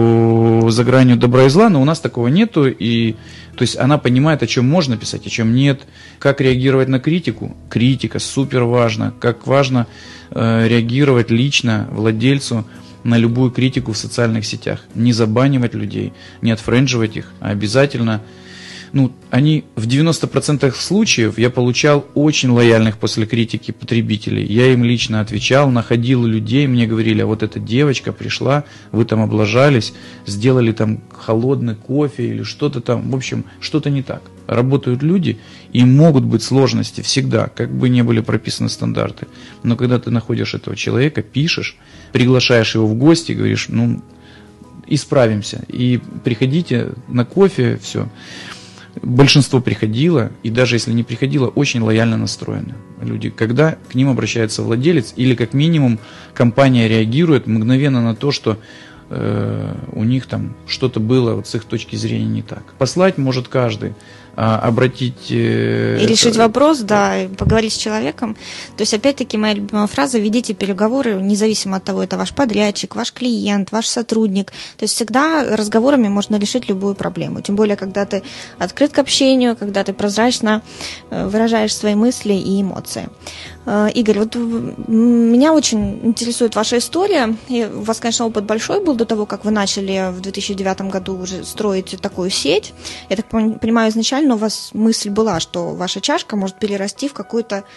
о, за гранью добра и зла, но у нас такого нету, и то есть она понимает, о чем можно писать, о чем нет, как реагировать на критику. Критика супер важна, как важно э, реагировать лично владельцу на любую критику в социальных сетях, не забанивать людей, не отфрендживать их, а обязательно. Ну, они в девяноста процентах случаев я получал очень лояльных после критики потребителей. Я им лично отвечал, находил людей, мне говорили, а вот эта девочка пришла, вы там облажались, сделали там холодный кофе или что-то там, в общем, что-то не так. Работают люди, и могут быть сложности всегда, как бы не были прописаны стандарты. Но когда ты находишь этого человека, пишешь, приглашаешь его в гости, говоришь, ну, исправимся, и приходите на кофе, все. Большинство приходило, и даже если не приходило, очень лояльно настроены люди. Когда к ним обращается владелец, или как минимум компания реагирует мгновенно на то, что э, у них там что-то было вот с их точки зрения не так. Послать может каждый, а обратить... Э, и решить это, вопрос, да, и поговорить с человеком. То есть, опять-таки, моя любимая фраза: ведите переговоры, независимо от того, это ваш подрядчик, ваш клиент, ваш сотрудник. То есть, всегда разговорами можно решить любую проблему. Тем более, когда ты открыт к общению, когда ты прозрачно выражаешь свои мысли и эмоции. Игорь, вот меня очень интересует ваша история. И у вас, конечно, опыт большой был до того, как вы начали в две тысячи девятом году уже строить такую сеть. Я так понимаю, изначально у вас мысль была, что ваша чашка может перерасти в какую-то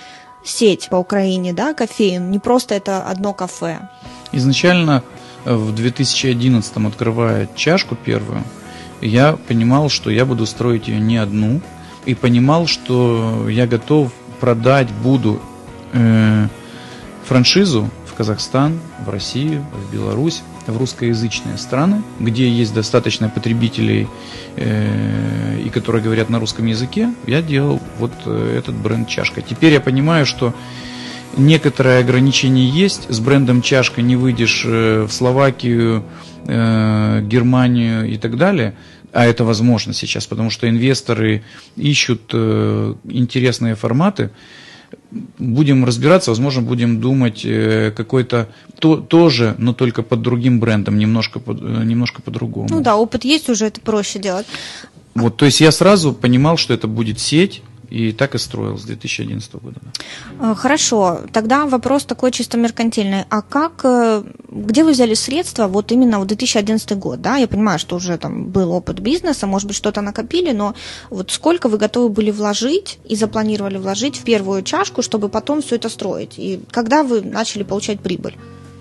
сеть по Украине, да, кофеин, не просто это одно кафе? Изначально в две тысячи одиннадцатом, открывая чашку первую, я понимал, что я буду строить ее не одну, и понимал, что я готов продать буду э, франшизу в Казахстан, в Россию, в Беларусь, в русскоязычные страны, где есть достаточно потребителей э, и которые говорят на русском языке. Я делал вот э, этот бренд «Чашка». Теперь я понимаю, что некоторые ограничения есть. С брендом «Чашка» не выйдешь э, в Словакию, э, Германию и так далее. А это возможно сейчас, потому что инвесторы ищут э, интересные форматы. Будем разбираться, возможно, будем думать э, какой-то то, тоже, но только под другим брендом, немножко, под, э, немножко по-другому. Ну да, опыт есть уже, это проще делать. Вот, то есть я сразу понимал, что это будет сеть, и так и строил с две тысячи одиннадцатого года. Хорошо, тогда вопрос такой чисто меркантильный. А как, где вы взяли средства вот именно в две тысячи одиннадцатый год? Да? Я понимаю, что уже там был опыт бизнеса, может быть, что-то накопили, но вот сколько вы готовы были вложить и запланировали вложить в первую чашку, чтобы потом все это строить? И когда вы начали получать прибыль?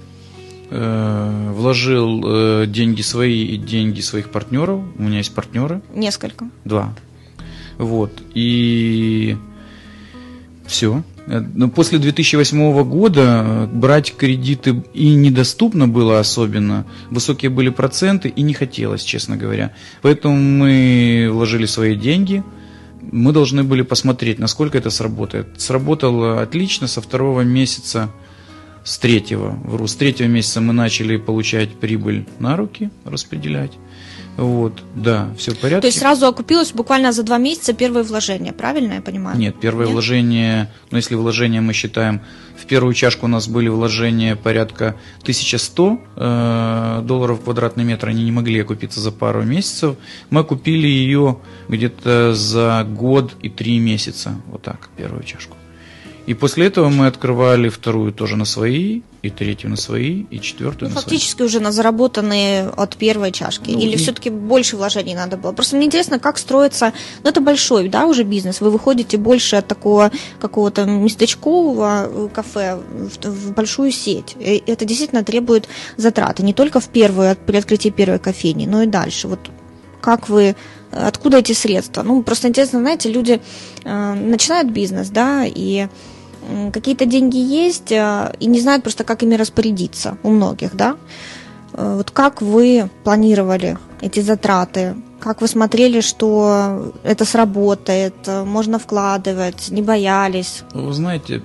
Вложил деньги свои и деньги своих партнеров. У меня есть партнеры. Несколько. Два. Вот, и все. Но после две тысячи восьмого года брать кредиты и недоступно было особенно, высокие были проценты и не хотелось, честно говоря. Поэтому мы вложили свои деньги, мы должны были посмотреть, насколько это сработает. Сработало отлично, со второго месяца, с третьего, вру, с третьего месяца мы начали получать прибыль на руки, распределять. Вот, да, все в порядке. То есть сразу окупилось буквально за два месяца первые вложения, правильно я понимаю? Нет, первые Нет? вложения, ну если вложения мы считаем, в первую чашку у нас были вложения порядка тысяча сто э, долларов в квадратный метр, они не могли окупиться за пару месяцев. Мы купили ее где-то за год и три месяца, вот так, первую чашку. И после этого мы открывали вторую тоже на свои, и третью на свои, и четвертую ну, на фактически свои. уже на заработанные от первой чашки. Ну, Или и... все-таки больше вложений надо было? Просто мне интересно, как строится, ну это большой, да, уже бизнес. Вы выходите больше от такого какого-то местечкового кафе в, в большую сеть. И это действительно требует затраты. Не только в первую, при открытии первой кофейни, но и дальше. Вот как вы... Откуда эти средства? Ну, просто интересно, знаете, люди э, начинают бизнес, да, и э, какие-то деньги есть, э, и не знают просто, как ими распорядиться у многих, да. Э, вот как вы планировали эти затраты? Как вы смотрели, что это сработает, можно вкладывать, не боялись? Вы знаете,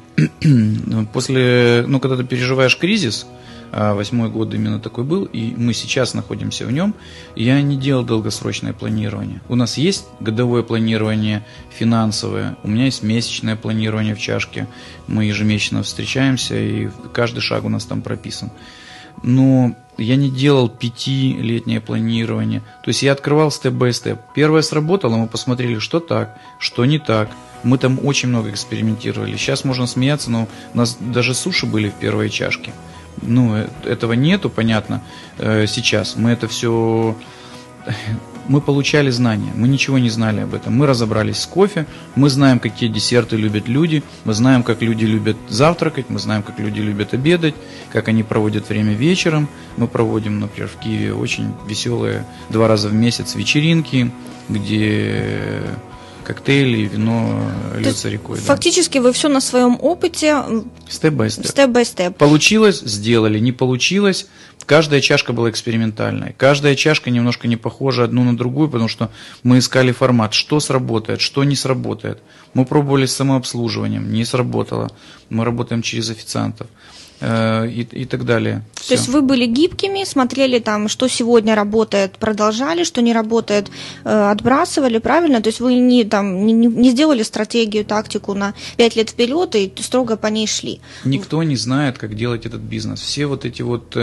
после, ну, когда ты переживаешь кризис, восьмой год именно такой был, и мы сейчас находимся в нем, я не делал долгосрочное планирование. У нас есть годовое планирование финансовое, у меня есть месячное планирование в чашке, мы ежемесячно встречаемся, и каждый шаг у нас там прописан. Но я не делал пятилетнее планирование, то есть я открывал степ-бай-степ. Первое сработало, мы посмотрели, что так, что не так. Мы там очень много экспериментировали. Сейчас можно смеяться, но у нас даже суши были в первой чашке. Ну, этого нету, понятно, сейчас. Мы это все... Мы получали знания, мы ничего не знали об этом. Мы разобрались с кофе, мы знаем, какие десерты любят люди, мы знаем, как люди любят завтракать, мы знаем, как люди любят обедать, как они проводят время вечером. Мы проводим, например, в Киеве очень веселые два раза в месяц вечеринки, где... коктейли, вино льется рекой. Фактически да. Вы все на своем опыте. Степ-бай-степ. Степ-бай-степ. Получилось, сделали. Не получилось. Каждая чашка была экспериментальной. Каждая чашка немножко не похожа одну на другую, потому что мы искали формат, что сработает, что не сработает. Мы пробовали с самообслуживанием, не сработало. Мы работаем через официантов. И, и так далее. То Все. есть вы были гибкими, смотрели там, что сегодня работает, продолжали, что не работает, отбрасывали, правильно? То есть вы не, там, не, не сделали стратегию, тактику на пять лет вперед и строго по ней шли. Никто не знает, как делать этот бизнес. Все вот эти вот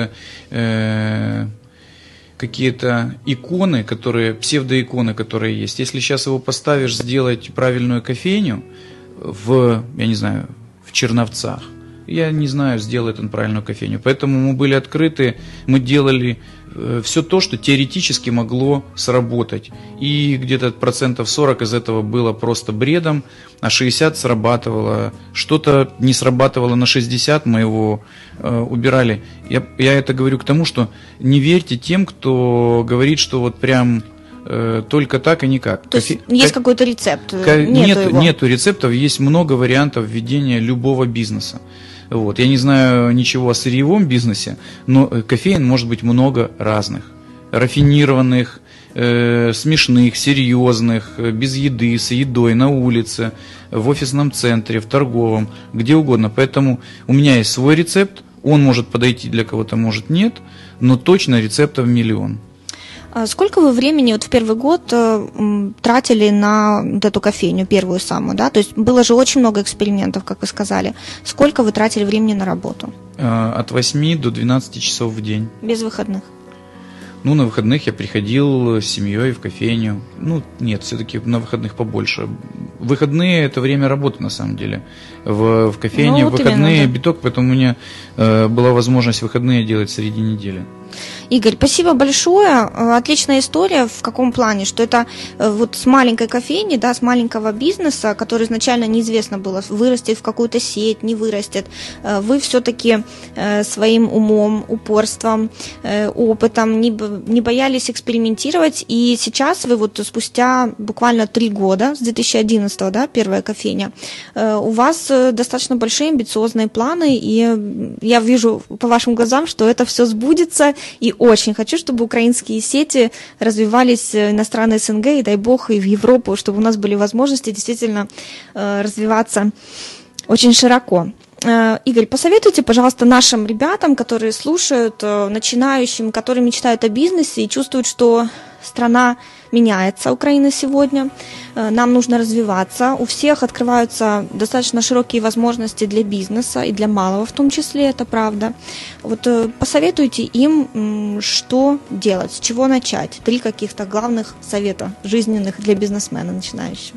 э, какие-то иконы, которые, псевдоиконы, которые есть. Если сейчас его поставишь сделать правильную кофейню в, я не знаю, в Черновцах, я не знаю, сделает он правильную кофейню. Поэтому мы были открыты, мы делали все то, что теоретически могло сработать. И где-то процентов сорок из этого было просто бредом, а шестьдесят срабатывало. Что-то не срабатывало на шестьдесят, мы его э, убирали. Я, я это говорю к тому, что не верьте тем, кто говорит, что вот прям э, только так и никак. То есть Кофе... есть какой-то рецепт? Ко... Нету, нету, нету рецептов, есть много вариантов ведения любого бизнеса. Вот. Я не знаю ничего о сырьевом бизнесе, но кофеин может быть много разных. Рафинированных, э, смешных, серьезных, без еды, с едой, на улице, в офисном центре, в торговом, где угодно. Поэтому у меня есть свой рецепт, он может подойти для кого-то, может нет, но точно рецептов миллион. Сколько вы времени вот в первый год э, тратили на вот эту кофейню, первую самую, да? То есть было же очень много экспериментов, как вы сказали. Сколько вы тратили времени на работу? От восьми до двенадцати часов в день. Без выходных? Ну, на выходных я приходил с семьей в кофейню. Ну, нет, все-таки на выходных побольше. Выходные – это время работы, на самом деле. В, в кофейне ну, вот выходные именно, да. Биток, поэтому у меня э, была возможность выходные делать среди недели. Игорь, спасибо большое. Отличная история. В каком плане? Что это вот с маленькой кофейни, да, с маленького бизнеса, который изначально неизвестно было, вырастет в какую-то сеть, не вырастет. Вы все-таки своим умом, упорством, опытом не, не боялись экспериментировать. И сейчас вы вот спустя буквально три года, с две тысячи одиннадцатого, да, первая кофейня, у вас достаточно большие амбициозные планы. И я вижу по вашим глазам, что это все сбудется. И очень хочу, чтобы украинские сети развивались иностранные СНГ, и дай бог, и в Европу, чтобы у нас были возможности действительно э, развиваться очень широко. Э, Игорь, посоветуйте, пожалуйста, нашим ребятам, которые слушают, э, начинающим, которые мечтают о бизнесе и чувствуют, что страна меняется, Украина сегодня, нам нужно развиваться, у всех открываются достаточно широкие возможности для бизнеса и для малого в том числе, это правда. Вот посоветуйте им, что делать, с чего начать, три каких-то главных совета жизненных для бизнесмена начинающего.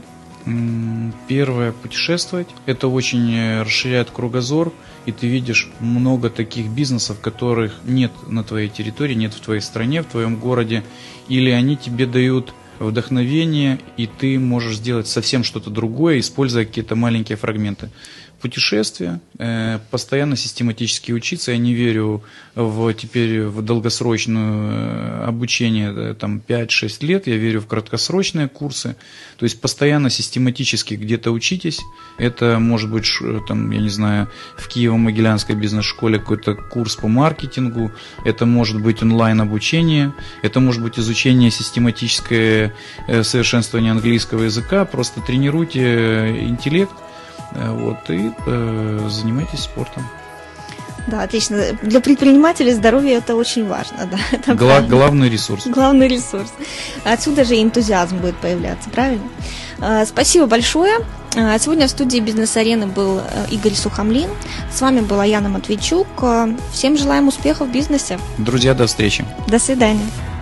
Первое, путешествовать. Это очень расширяет кругозор, и ты видишь много таких бизнесов, которых нет на твоей территории, нет в твоей стране, в твоем городе, или они тебе дают вдохновение, и ты можешь сделать совсем что-то другое, используя какие-то маленькие фрагменты. Путешествия, э, постоянно систематически учиться. Я не верю в, теперь в долгосрочное обучение там, пять-шесть лет, я верю в краткосрочные курсы. То есть постоянно систематически где-то учитесь. Это может быть, там, я не знаю, в Киево-Могилянской бизнес-школе какой-то курс по маркетингу, это может быть онлайн-обучение, это может быть изучение систематическое совершенствование английского языка. Просто тренируйте интеллект. Вот, и э, занимайтесь спортом. Да, отлично. Для предпринимателей здоровье это очень важно. Да, это Гла- главный ресурс. Главный ресурс. Отсюда же и энтузиазм будет появляться, правильно? Спасибо большое. Сегодня в студии «Бизнес-арены» был Игорь Сухомлин. С вами была Яна Матвейчук. Всем желаем успехов в бизнесе. Друзья, до встречи. До свидания.